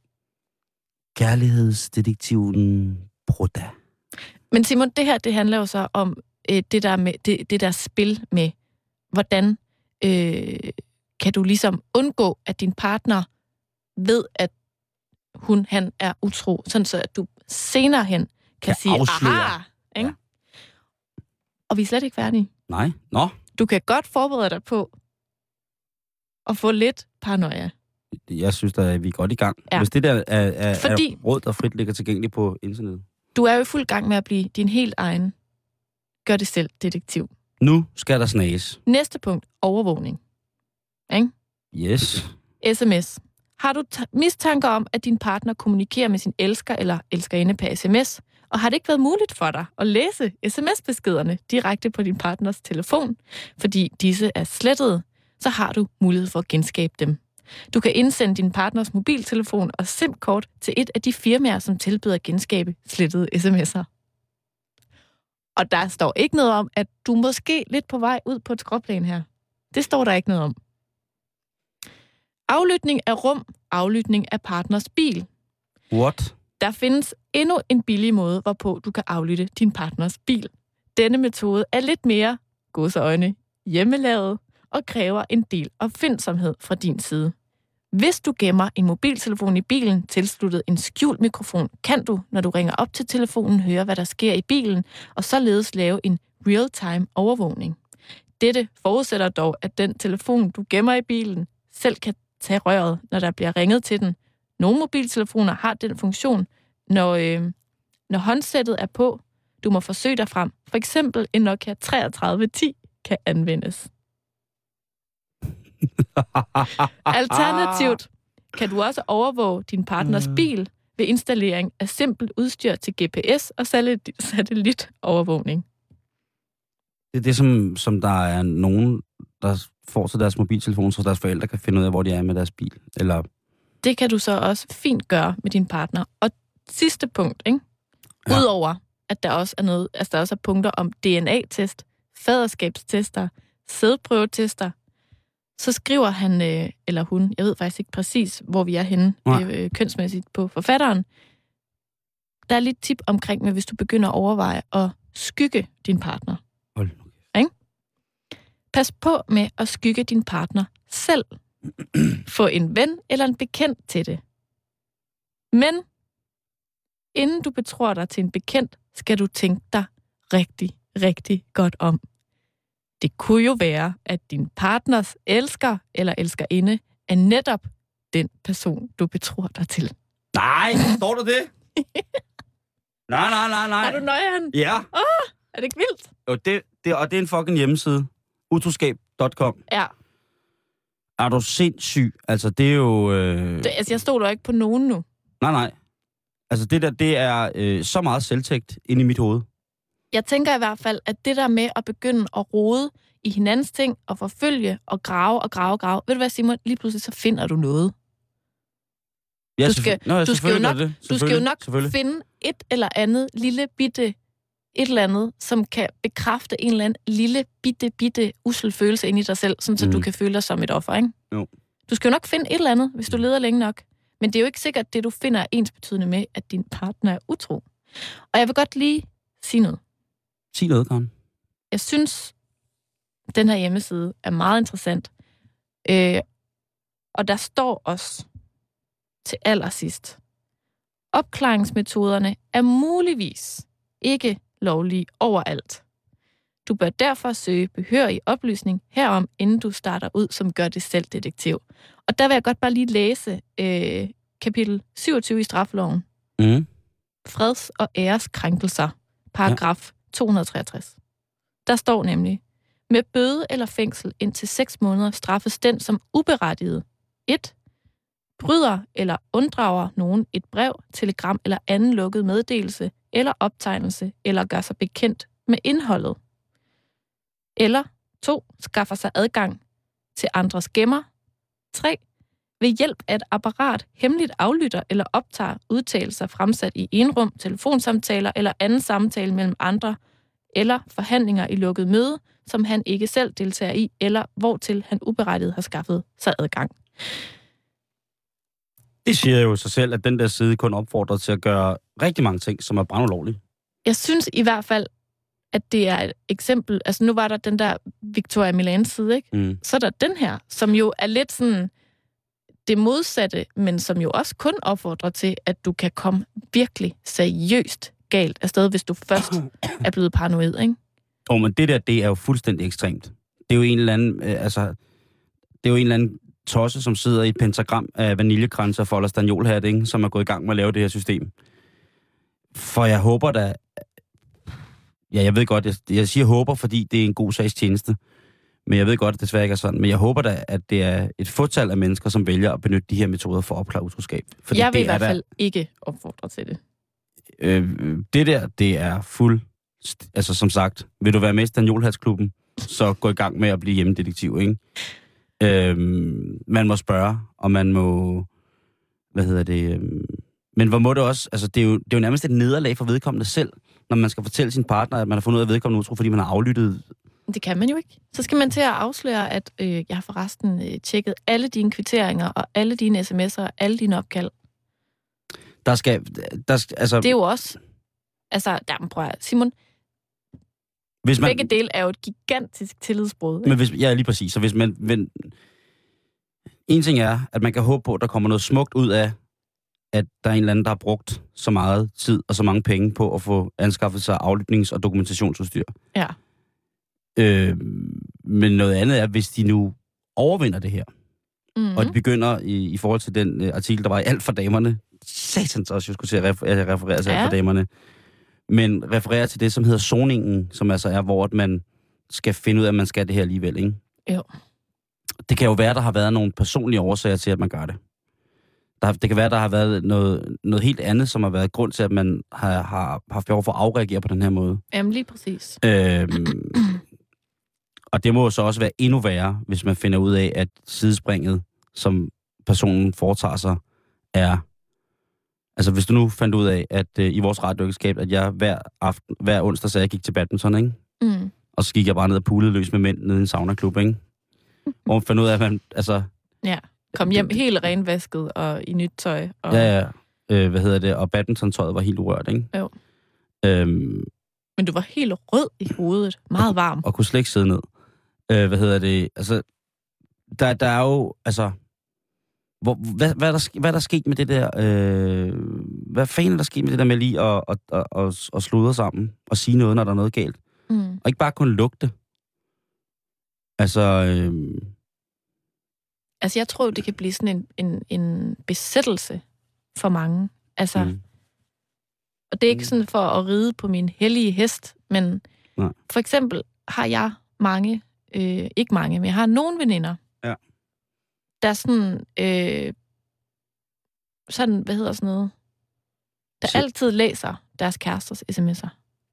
Kærlighedsdetektiven Broda. Men Simon, det her, det handler jo så om øh, det, der med, det, det der spil med, hvordan øh, kan du ligesom undgå, at din partner ved, at hun, han er utro, sådan så at du senere hen kan, Kan sige, afsløre. aha, ikke? Ja. Og vi er slet ikke færdige. Nej, nå. Du kan godt forberede dig på at få lidt paranoia. Jeg synes, at vi er godt i gang. Ja. Hvis det der er, er, Fordi- er råd, der frit ligger tilgængeligt på internettet. Du er jo i fuld gang med at blive din helt egen gør det selv detektiv. Nu skal der snages. Næste punkt, overvågning. Ikke? Yes. sms. Har du t- mistanker om, at din partner kommunikerer med sin elsker eller elskerinde på sms, og har det ikke været muligt for dig at læse sms-beskederne direkte på din partners telefon, fordi disse er slettede, så har du mulighed for at genskabe dem. Du kan indsende din partners mobiltelefon og SIM-kort til et af de firmaer, som tilbyder at genskabe slettede sms'er. Og der står ikke noget om, at du måske lidt på vej ud på et skråplan her. Det står der ikke noget om. Aflytning af rum, aflytning af partners bil. What? Der findes endnu en billig måde, hvorpå du kan aflytte din partners bil. Denne metode er lidt mere, godseøjne, hjemmelavet og kræver en del opfindsomhed fra din side. Hvis du gemmer en mobiltelefon i bilen tilsluttet en skjult mikrofon, kan du, når du ringer op til telefonen, høre, hvad der sker i bilen, og således lave en real-time overvågning. Dette forudsætter dog, at den telefon, du gemmer i bilen, selv kan tage røret, når der bliver ringet til den. Nogle mobiltelefoner har den funktion, når, øh, når håndsættet er på. Du må forsøge dig frem. For eksempel en Nokia treogtredive ti kan anvendes. Alternativt kan du også overvåge din partners bil ved installering af simpelt udstyr til G P S og satellitovervågning. Det er det, som, som der er nogen, der får til deres mobiltelefon, så deres forældre kan finde ud af, hvor de er med deres bil. Eller... Det kan du så også fint gøre med din partner. Og sidste punkt, ikke? Ja. Udover at der også er noget, altså der også er punkter om D N A-test, faderskabstester, sædprøvetester, så skriver han, øh, eller hun, jeg ved faktisk ikke præcis, hvor vi er henne øh, kønsmæssigt på forfatteren. Der er lidt tip omkring, med, hvis du begynder at overveje at skygge din partner. Hold. Ikke? Pas på med at skygge din partner selv. Få en ven eller en bekendt til det. Men inden du betror dig til en bekendt, skal du tænke dig rigtig, rigtig godt om. Det kunne jo være, at din partners elsker eller elskerinde er netop den person, du betror dig til. Nej, står der det? nej, nej, nej, nej. Har du nøjeren? Ja. Åh, er det ikke vildt? Jo, det, det, og det er en fucking hjemmeside. utroskab punktum com. Ja. Er du sindssyg? Altså, det er jo... Øh... Det, altså, jeg stod der ikke på nogen nu. Nej, nej. Altså, det der, det er øh, så meget selvtægt inde i mit hoved. Jeg tænker i hvert fald, at det der med at begynde at rode i hinandens ting, og forfølge, og grave, og grave, og grave. Ved du hvad, Simon? Lige pludselig så finder du noget. Ja, du skal, Nå, ja, du skal jo nok, det. du skal jo nok finde et eller andet lille bitte, et eller andet, som kan bekræfte en eller anden lille bitte, bitte usel følelse ind i dig selv, sådan så mm. du kan føle dig som et offer, ikke? Jo. Du skal jo nok finde et eller andet, hvis du leder længe nok. Men det er jo ikke sikkert, at det du finder er ensbetydende med, at din partner er utro. Og jeg vil godt lige sige noget. Sig noget, Karen. Jeg synes, den her hjemmeside er meget interessant. Øh, og der står også til allersidst, opklaringsmetoderne er muligvis ikke lovlige overalt. Du bør derfor søge behørig oplysning herom, inden du starter ud som gør det selv detektiv. Og der vil jeg godt bare lige læse øh, kapitel syvogtyve i straffeloven. Mm. Freds- og æreskrænkelser, paragraf ja. to hundrede og treogtres. Der står nemlig, med bøde eller fængsel indtil seks måneder straffes den, som uberettiget et bryder eller unddrager nogen et brev, telegram eller anden lukket meddelelse eller optegnelse, eller gør sig bekendt med indholdet. Eller to skaffer sig adgang til andres gemmer. tre ved hjælp af et apparat hemmeligt aflytter eller optager udtalelser fremsat i enrum, telefonsamtaler eller anden samtale mellem andre, eller forhandlinger i lukket møde, som han ikke selv deltager i, eller hvortil han uberettiget har skaffet sig adgang. Det siger jo sig selv, at den der side kun opfordrer til at gøre rigtig mange ting, som er brandulovlige. Jeg synes i hvert fald, at det er et eksempel. Altså nu var der den der Victoria Milans side, ikke? Mm. Så er der den her, som jo er lidt sådan det modsatte, men som jo også kun opfordrer til, at du kan komme virkelig seriøst galt afsted, hvis du først er blevet paranoid, ikke? Åh, oh, men det der, det er jo fuldstændig ekstremt. Det er jo en eller anden, øh, altså, det er jo en eller anden tosse, som sidder i et pentagram af vaniljekranser og folder stanjolhat, ikke? Som er gået i gang med at lave det her system. For jeg håber da, ja, jeg ved godt, jeg, jeg siger håber, fordi det er en god sags tjeneste. Men jeg ved godt, at det desværre ikke er sådan. Men jeg håber da, at det er et fåtal af mennesker, som vælger at benytte de her metoder for at opklare utroskab. Fordi jeg vil i hvert fald der, ikke opfordre til det. Øh, det der, det er fuld... Altså som sagt, vil du være med i Stanjolhatsklubben, så gå i gang med at blive hjemmedetektiv, ikke? Øh, man må spørge, og man må... Hvad hedder det... Øh, men hvor må det også... Altså, det er, jo, det er jo nærmest et nederlag for vedkommende selv, når man skal fortælle sin partner, at man har fundet ud af vedkommende utro, fordi man har aflyttet... Det kan man jo ikke. Så skal man til at afsløre, at øh, jeg har forresten øh, tjekket alle dine kvitteringer, og alle dine sms'er, og alle dine opkald. Der skal... Der skal altså... Det er jo også... Altså, der, prøv at, Simon... Hvis man, begge dele er jo et gigantisk tillidsbrud. Men hvis, ja, lige præcis. Så hvis man... Men, en ting er, at man kan håbe på, at der kommer noget smukt ud af, at der er en eller anden, der har brugt så meget tid og så mange penge på at få anskaffet sig aflytnings- og dokumentationsudstyr. Ja. Øh, men noget andet er, hvis de nu overvinder det her, mm-hmm. og de begynder i, i forhold til den uh, artikel, der var i Alt for damerne, satans også, jeg skulle til at refer- referere til ja. Alt for damerne, men refererer til det, som hedder zoningen, som altså er, hvor man skal finde ud af, at man skal det her alligevel, ikke? Jo. Det kan jo være, der har været nogle personlige årsager til, at man gør det. Der, det kan være, der har været noget, noget helt andet, som har været grund til, at man har, har haft behov for at afreagere på den her måde. Jamen lige præcis. Øhm, og det må jo så også være endnu værre, hvis man finder ud af, at sidespringet, som personen foretager sig, er... Altså hvis du nu fandt ud af, at øh, i vores radioægteskab, at jeg hver aften, hver onsdag, så jeg gik til badminton, ikke? Mm. Og så gik jeg bare ned og poolede løs med mænd nede i en saunaklub, ikke? Hvor man fandt ud af, at man... Altså, ja. Kom hjem helt renvasket og i nyt tøj. Og... Ja, ja. Øh, hvad hedder det? Og badmintontøjet var helt urørt, ikke? Jo. Øhm, Men du var helt rød i hovedet. Meget varm. Og, og kunne slet ikke sidde ned. Øh, hvad hedder det? Altså, der, der er jo... Altså, hvor, hvad, hvad, er der, hvad er der sket med det der... Øh, hvad fanden er der sket med det der med lige at, at, at, at, at sludre sammen og sige noget, når der er noget galt? Mm. Og ikke bare kun lugte. Altså... Øh, Altså, jeg tror, det kan blive sådan en, en, en besættelse for mange. Altså, mm. og det er ikke sådan for at ride på min hellige hest, men Nej. For eksempel har jeg mange, øh, ikke mange, men jeg har nogle veninder, ja. der sådan, øh, sådan, hvad hedder sådan noget, der Så. altid læser deres kæresters sms'er.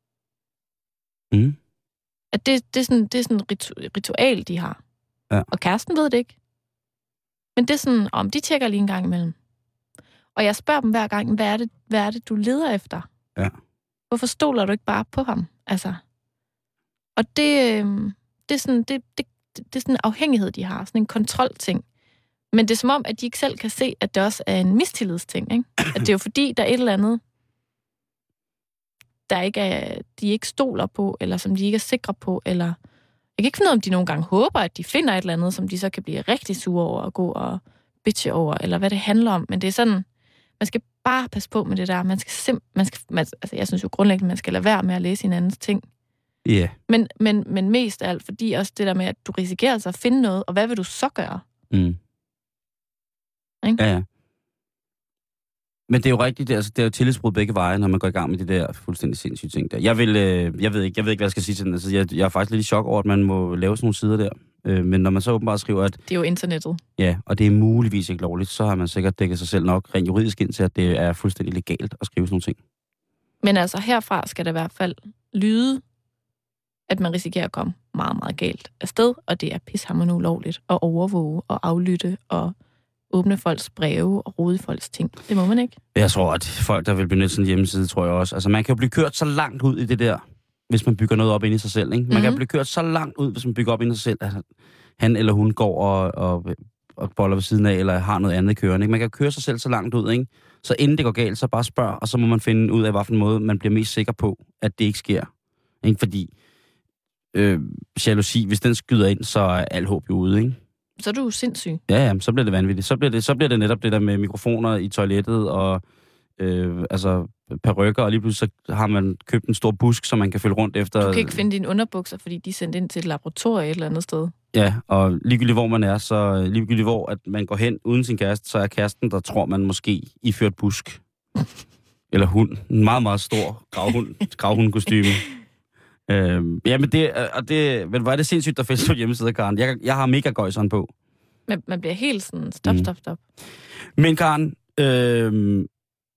Mm. At det, det, er sådan, det er sådan et ritu- ritual, de har. Ja. Og kæresten ved det ikke. Men det er sådan, om de tjekker lige en gang imellem. Og jeg spørger dem hver gang, hvad er det, hvad er det du leder efter? Ja. Hvorfor stoler du ikke bare på ham? Altså. Og det, øh, det, er sådan, det, det, det er sådan en afhængighed, de har. Sådan en kontrolting. Men det er som om, at de ikke selv kan se, at det også er en mistillidsting. Ikke? At det er jo fordi, der er et eller andet, der ikke er, de ikke stoler på, eller som de ikke er sikre på, eller... Jeg kan ikke finde ud af, om de nogle gange håber, at de finder et eller andet, som de så kan blive rigtig sure over og gå og bitche over, eller hvad det handler om. Men det er sådan, man skal bare passe på med det der. Man skal sim- man skal, man, altså jeg synes jo grundlæggende, man skal lade være med at læse hinandens ting. Ja. Yeah. Men, men, men mest af alt, fordi også det der med, at du risikerer altså at finde noget, og hvad vil du så gøre? Mm. Ikke? Ja, ja. Men det er jo rigtigt, det er, altså, det er jo tillidsbrud begge veje, når man går i gang med de der fuldstændig sindssyge ting der. Jeg vil, øh, jeg ved ikke, jeg ved ikke, hvad jeg skal sige til den. Altså, jeg, jeg er faktisk lidt i chok over, at man må lave sådan nogle sider der. Øh, men når man så åbenbart skriver, at... Det er jo internettet. Ja, og det er muligvis ikke lovligt, så har man sikkert dækket sig selv nok rent juridisk ind til, at det er fuldstændig legalt at skrive sådan nogle ting. Men altså, herfra skal det i hvert fald lyde, at man risikerer at komme meget, meget galt afsted, og det er pishammerende ulovligt at overvåge og aflytte og åbne folks breve og rode folks ting. Det må man ikke. Jeg tror, at folk, der vil benytte sådan en hjemmeside, tror jeg også. Altså, man kan jo blive kørt så langt ud i det der, hvis man bygger noget op inde i sig selv, ikke? Man mm-hmm. kan blive kørt så langt ud, hvis man bygger op inde i sig selv, at han eller hun går og, og og boller ved siden af, eller har noget andet kørende. Ikke? Man kan køre sig selv så langt ud, ikke? Så inden det går galt, så bare spørg, og så må man finde ud af, hvilken måde man bliver mest sikker på, at det ikke sker. Ikke? Fordi øh, jalousi, hvis den skyder ind, så er alt håb jo ude, ikke? Så er du sindssyg. Ja, ja, så bliver det vanvittigt. Så bliver det, så bliver det netop det der med mikrofoner i toilettet, og øh, altså perukker, og lige pludselig så har man købt en stor busk, som man kan følge rundt efter. Du kan ikke finde dine underbukser, fordi de er sendt ind til et laboratorium et eller andet sted. Ja, og ligegyldigt hvor man er, så ligegyldigt hvor at man går hen uden sin kæreste, så er kæresten, der tror man måske iført busk. Eller hund. En meget, meget stor gravhund, gravhundkostyme. øhm, ja, men det, og det, men hvor er det sindssygt, der findes på hjemmesiden, Karen. Jeg, jeg har mega gøjseren på. Man, man bliver helt sådan, stop, stop, stop. Mm. Men Karen, øhm,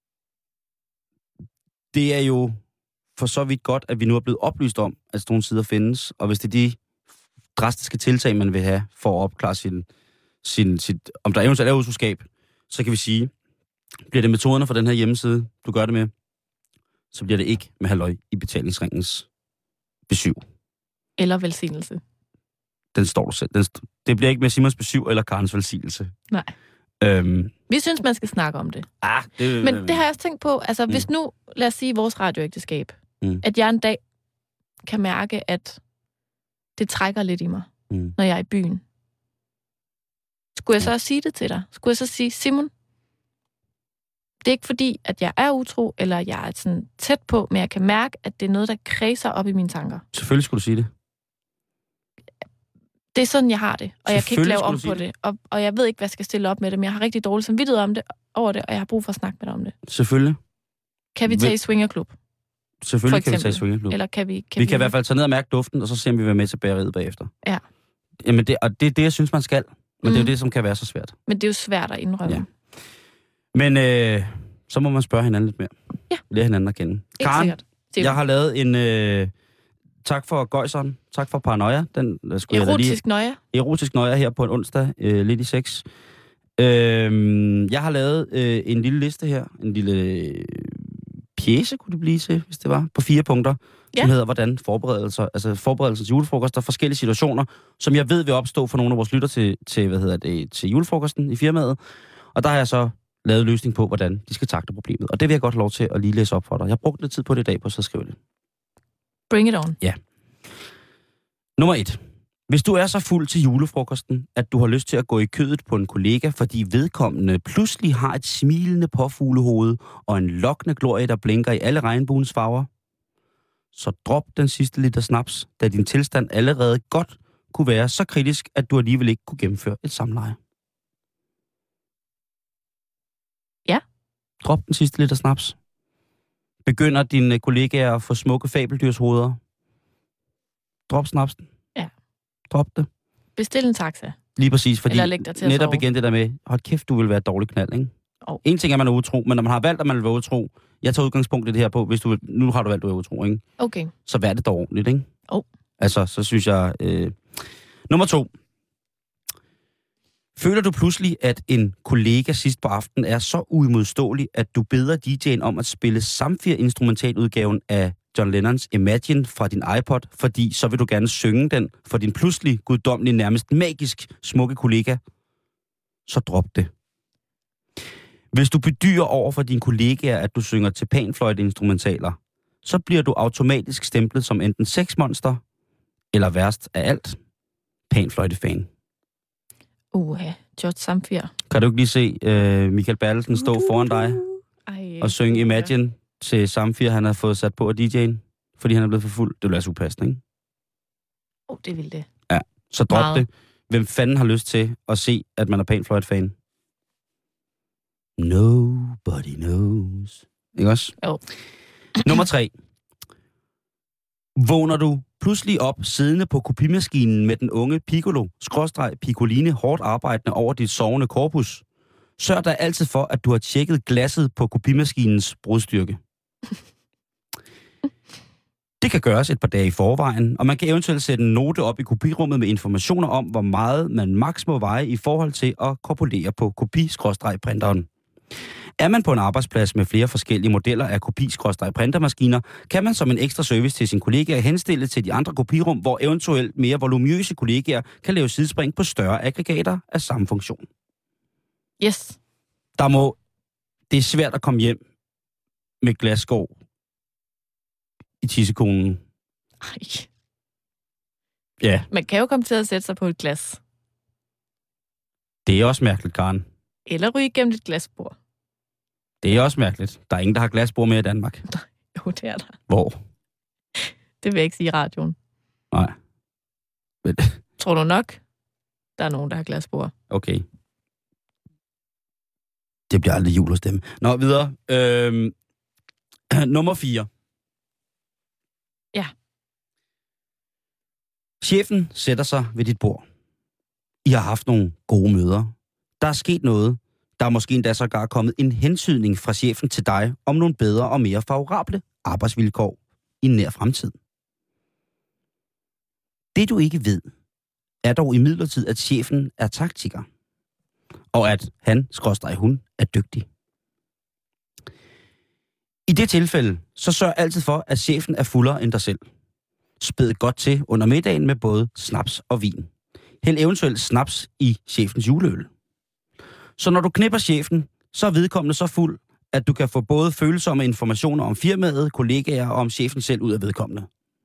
det er jo for så vidt godt, at vi nu er blevet oplyst om, at sådan nogle sider findes, og hvis det er de drastiske tiltag, man vil have for at opklare sin, sin, sit, om der eventuelt er utroskab, så kan vi sige, bliver det metoderne for den her hjemmeside, du gør det med, så bliver det ikke med halløj i betalingsringens besyv. Eller velsignelse. Den står du selv. Den st- det bliver ikke med Simons besyv eller Karens velsignelse. Nej. Øhm, Vi synes, man skal snakke om det. ah, det Men det har jeg også tænkt på, altså mm. hvis nu, lad os sige vores radioægteskab, mm. at jeg en dag kan mærke, at det trækker lidt i mig, mm. når jeg er i byen. Skulle jeg så også sige det til dig? Skulle jeg så sige, Simon, det er ikke fordi, at jeg er utro, eller jeg er sådan tæt på, men jeg kan mærke, at det er noget, der kredser op i mine tanker. Selvfølgelig skulle du sige det. Det er sådan, jeg har det, og jeg kan ikke lave om på det. det. Og, og jeg ved ikke, hvad jeg skal stille op med det, men jeg har rigtig dårlig samvittighed om det, over det, og jeg har brug for at snakke med dig om det. Selvfølgelig. Kan vi tage i swingerklub? Selvfølgelig kan vi tage i swingerklub. Eller kan vi... Kan vi, vi kan i hvert fald tage ned og mærke duften, og så se, om vi vil være med til bageriet bagefter. Ja. Jamen, det, og det er det, jeg synes, man skal. Men mm. det er jo det, som kan være så svært. Men det er jo svært at indrømme. Ja. Men øh, så må man spørge hinanden lidt mere. Ja. Lære hinanden at kende. Helt Karen, sikkert. jeg har lavet en... Øh, tak for gøjseren. Tak for paranoia. Den skulle Erotisk jeg lige, nøje. Erotisk nøje her på en onsdag, øh, lidt i seks. Øh, jeg har lavet øh, en lille liste her. En lille øh, pjece, kunne det blive til, hvis det var. På fire punkter. Ja. Som hedder, hvordan forberedelser, altså forberedelser til julefrokoster, forskellige situationer, som jeg ved vil opstå for nogle af vores lytter til, til, hvad hedder det, til julefrokosten i firmaet. Og der har jeg så lavet løsning på, hvordan de skal takle problemet. Og det vil jeg godt have lov til at lige læse op for dig. Jeg har brugt lidt tid på det i dag på, så skrive det. Bring it on. Ja. Nummer et. Hvis du er så fuld til julefrokosten, at du har lyst til at gå i kødet på en kollega, fordi vedkommende pludselig har et smilende påfuglehoved og en lokkende glorie, der blinker i alle regnbuens farver, så drop den sidste liter snaps, da din tilstand allerede godt kunne være så kritisk, at du alligevel ikke kunne gennemføre et samleje. Ja. Drop den sidste liter snaps. Begynder dine kollegaer at få smukke fabeldyrshoveder? Drop snapsen. Ja. Drop det. Bestil en taxa. Lige præcis, fordi netop igen det der med, hold kæft, du vil være et dårligt knald, ikke? Oh. En ting er, man er utro, men når man har valgt, at man vil være utro, jeg tager udgangspunkt i det her på, hvis du vil, nu har du valgt, at du er utro, ikke? Okay. Så vær det dog ordentligt, ikke? Oh. Altså, så synes jeg... Øh... Nummer to. Føler du pludselig, at en kollega sidst på aftenen er så uimodståelig, at du beder D J'en om at spille Samfir-instrumentaludgaven af John Lennons Imagine fra din iPod, fordi så vil du gerne synge den for din pludselig guddommelige, nærmest magisk smukke kollega, så drop det. Hvis du bedyrer over for dine kollegaer, at du synger til panfløjteinstrumentaler, så bliver du automatisk stemplet som enten sexmonster, eller værst af alt, panfløjtefan. Uha, George Samfir. Kan du ikke lige se uh, Michael Bertelsen stå foran dig Ej, og synge Imagine ja. til Samfir, han har fået sat på af D J'en, fordi han er blevet for fuld? Det vil være så upassende, ikke? Åh, oh, det vil det. Ja, så drop Meget. det. Hvem fanden har lyst til at se, at man er panfløjtefan? Nobody knows. Ikke også? Jo. Nummer tre. Vågner du pludselig op siddende på kopimaskinen med den unge piccolo, skråstreg piccoline, hårdt arbejdende over dit sovende korpus, sørg dig altid for, at du har tjekket glasset på kopimaskinens brudstyrke. Det kan gøres et par dage i forvejen, og man kan eventuelt sætte en note op i kopirummet med informationer om, hvor meget man maks må veje i forhold til at korpulere på kopi-printeren. Er man på en arbejdsplads med flere forskellige modeller af kopi-printermaskiner, kan man som en ekstra service til sin kollegaer henstille til de andre kopirum, hvor eventuelt mere voluminøse kollegaer kan lave sidespring på større aggregater af samme funktion. Yes. Der må... Det er svært at komme hjem med glasskår i tissekonen. Ej. Ja. Man kan jo komme til at sætte sig på et glas. Det er også mærkeligt, Karen. Eller ryge gennem et glasbord. Det er også mærkeligt. Der er ingen, der har glasbord mere i Danmark. Jo, det er der. Hvor? Det vil jeg ikke sige i radioen. Nej. Men... Tror du nok, der er nogen, der har glasbord? Okay. Det bliver aldrig jul hos dem. Nå, videre. Øhm, nummer fire. Ja. Chefen sætter sig ved dit bord. I har haft nogle gode møder. Der er sket noget. Der er måske endda sågar kommet en hensydning fra chefen til dig om nogle bedre og mere favorable arbejdsvilkår i en nær fremtid. Det du ikke ved, er dog imidlertid, at chefen er taktiker. Og at han, skråstreg hun, er dygtig. I det tilfælde, så sørg altid for, at chefen er fuldere end dig selv. Spæd godt til under middagen med både snaps og vin. Hæld eventuelt snaps i chefens juleøl. Så når du knipper chefen, så er vedkommende så fuld, at du kan få både følsomme informationer om firmaet, kollegaer og om chefen selv ud af vedkommende.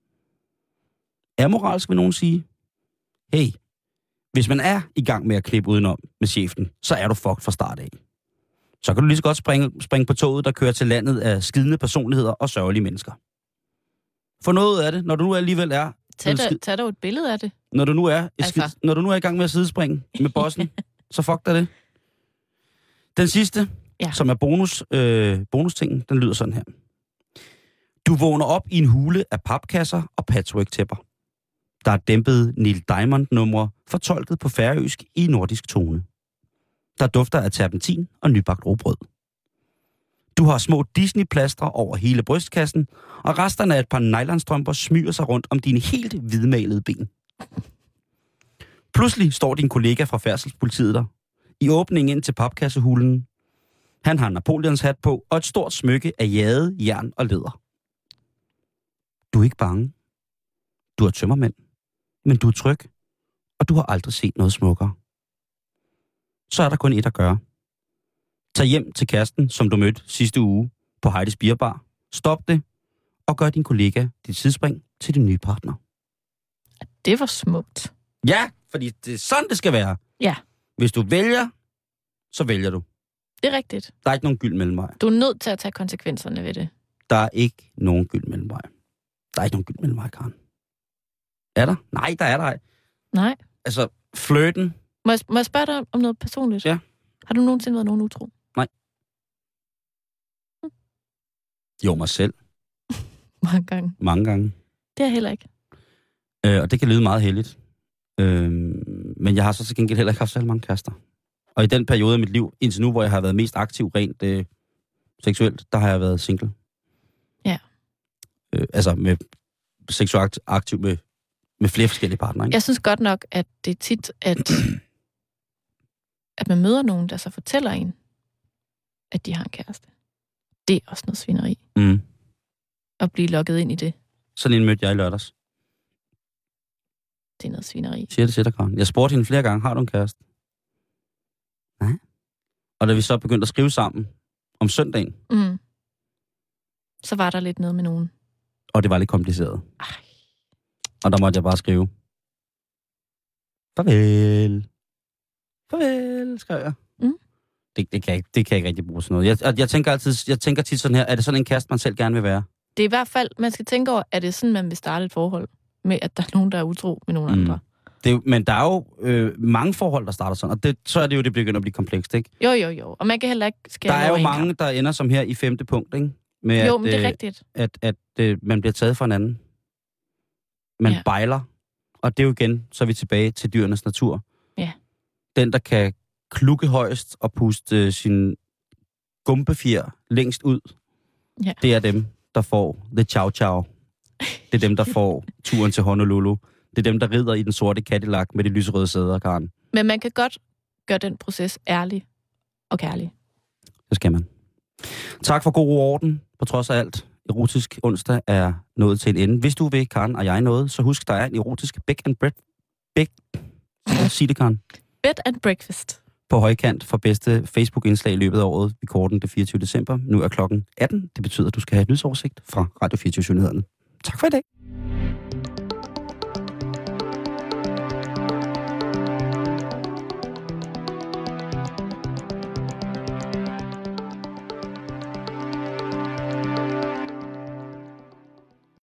Er moralsk, vil nogen sige? Hey, hvis man er i gang med at knippe udenom med chefen, så er du fucked fra start af. Så kan du lige så godt springe, springe på toget, der kører til landet af skidende personligheder og sørgelige mennesker. Få noget af det, når du nu alligevel er... Tag, da, tag dog et billede af det. Når du nu er, altså. skid, når du nu er i gang med at sidespringe med bossen, så fuck dig det. Den sidste, ja. som er bonus, øh, bonustingen, den lyder sådan her. Du vågner op i en hule af papkasser og patchwork-tæpper. Der er dæmpede Neil Diamond-numre fortolket på færøsk i nordisk tone. Der dufter af terpentin og nybagt rugbrød. Du har små Disney-plastre over hele brystkassen, og resterne af et par nylonstrømper smyger sig rundt om dine helt hvidmalede ben. Pludselig står din kollega fra færdselspolitiet der, i åbningen ind til papkassehulen. Han har Napoleons hat på og et stort smykke af jade, jern og læder. Du er ikke bange. Du er tømmermænd, men du er tryg, og du har aldrig set noget smukkere. Så er der kun et at gøre. Tag hjem til kæresten, som du mødte sidste uge på Heidi's Bierbar. Stop det, og gør din kollega dit sidespring til din nye partner. Det var smukt. Ja, fordi det er sådan, det skal være. Ja. Hvis du vælger, så vælger du. Det er rigtigt. Der er ikke nogen gyld mellemvej. Du er nødt til at tage konsekvenserne ved det. Der er ikke nogen gyld mellemvej. Der er ikke nogen gyld mellemvej, Karen. Er der? Nej, der er der ej. Nej. Altså, flirten. Må jeg, må jeg spørge dig om noget personligt? Ja. Har du nogensinde været nogen utro? Nej. Hm. Jo, mig selv. Mange gange. Mange gange. Det er heller ikke. Øh, og det kan lyde meget heldigt. Øh, men jeg har så til gengæld heller ikke haft så mange kærester. Og i den periode af mit liv, indtil nu, hvor jeg har været mest aktiv rent øh, seksuelt, der har jeg været single. Ja. Øh, altså med seksuelt aktiv med, med flere forskellige partnere, ikke? Jeg synes godt nok, at det er tit, at, at man møder nogen, der så fortæller en, at de har en kæreste. Det er også noget svineri. Mm. At blive lukket ind i det. Sådan en mødte jeg i lørdags. Det er noget svineri. Siger det til dig, Karen. Jeg spurgte hende flere gange, har du en kæreste? Nej. Og da vi så begyndte at skrive sammen om søndagen. Mm. Så var der lidt noget med nogen. Og det var lidt kompliceret. Ej. Og der måtte jeg bare skrive. Farvel. Farvel, skrev jeg. Mm. Det, det, kan jeg ikke, det kan jeg ikke rigtig bruge sådan noget. Jeg, jeg, jeg tænker altid, jeg tænker tit sådan her, er det sådan en kæreste, man selv gerne vil være? Det er i hvert fald, man skal tænke over, er det sådan, man vil starte et forhold med, at der er nogen, der er utro med nogen mm. andre? Det, men der er jo øh, mange forhold, der starter sådan, og det, så er det jo, det begynder at blive komplekst, ikke? Jo, jo, jo. Og man kan heller ikke skære Der er jo mange, gang. der ender som her i femte punkt, ikke? Med jo, at, men det er øh, rigtigt. At, at, at øh, man bliver taget for en anden. Man ja. bejler. Og det er jo igen, så er vi tilbage til dyrenes natur. Ja. Den, der kan klukke højst og puste øh, sin gumpefjer længst ud, ja. det er dem, der får the chow chow. Det er dem, der får turen til Honolulu. Det er dem, der rider i den sorte Cadillac med de lyserøde sæder, Karen. Men man kan godt gøre den proces ærlig og kærlig. Det skal man. Tak for god orden. På trods af alt, erotisk onsdag er nået til en ende. Hvis du vil, Karen og jeg noget, så husk, der er en erotisk bed and bread. Bed. Sig det, Karen. Bed and breakfast. På højkant for bedste Facebook-indslag i løbet af året. Vi korten det fireogtyvende december. Nu er klokken atten. Det betyder, at du skal have et nyhedsoversigt fra Radio fireogtyve-nyhederne. Tak for i dag.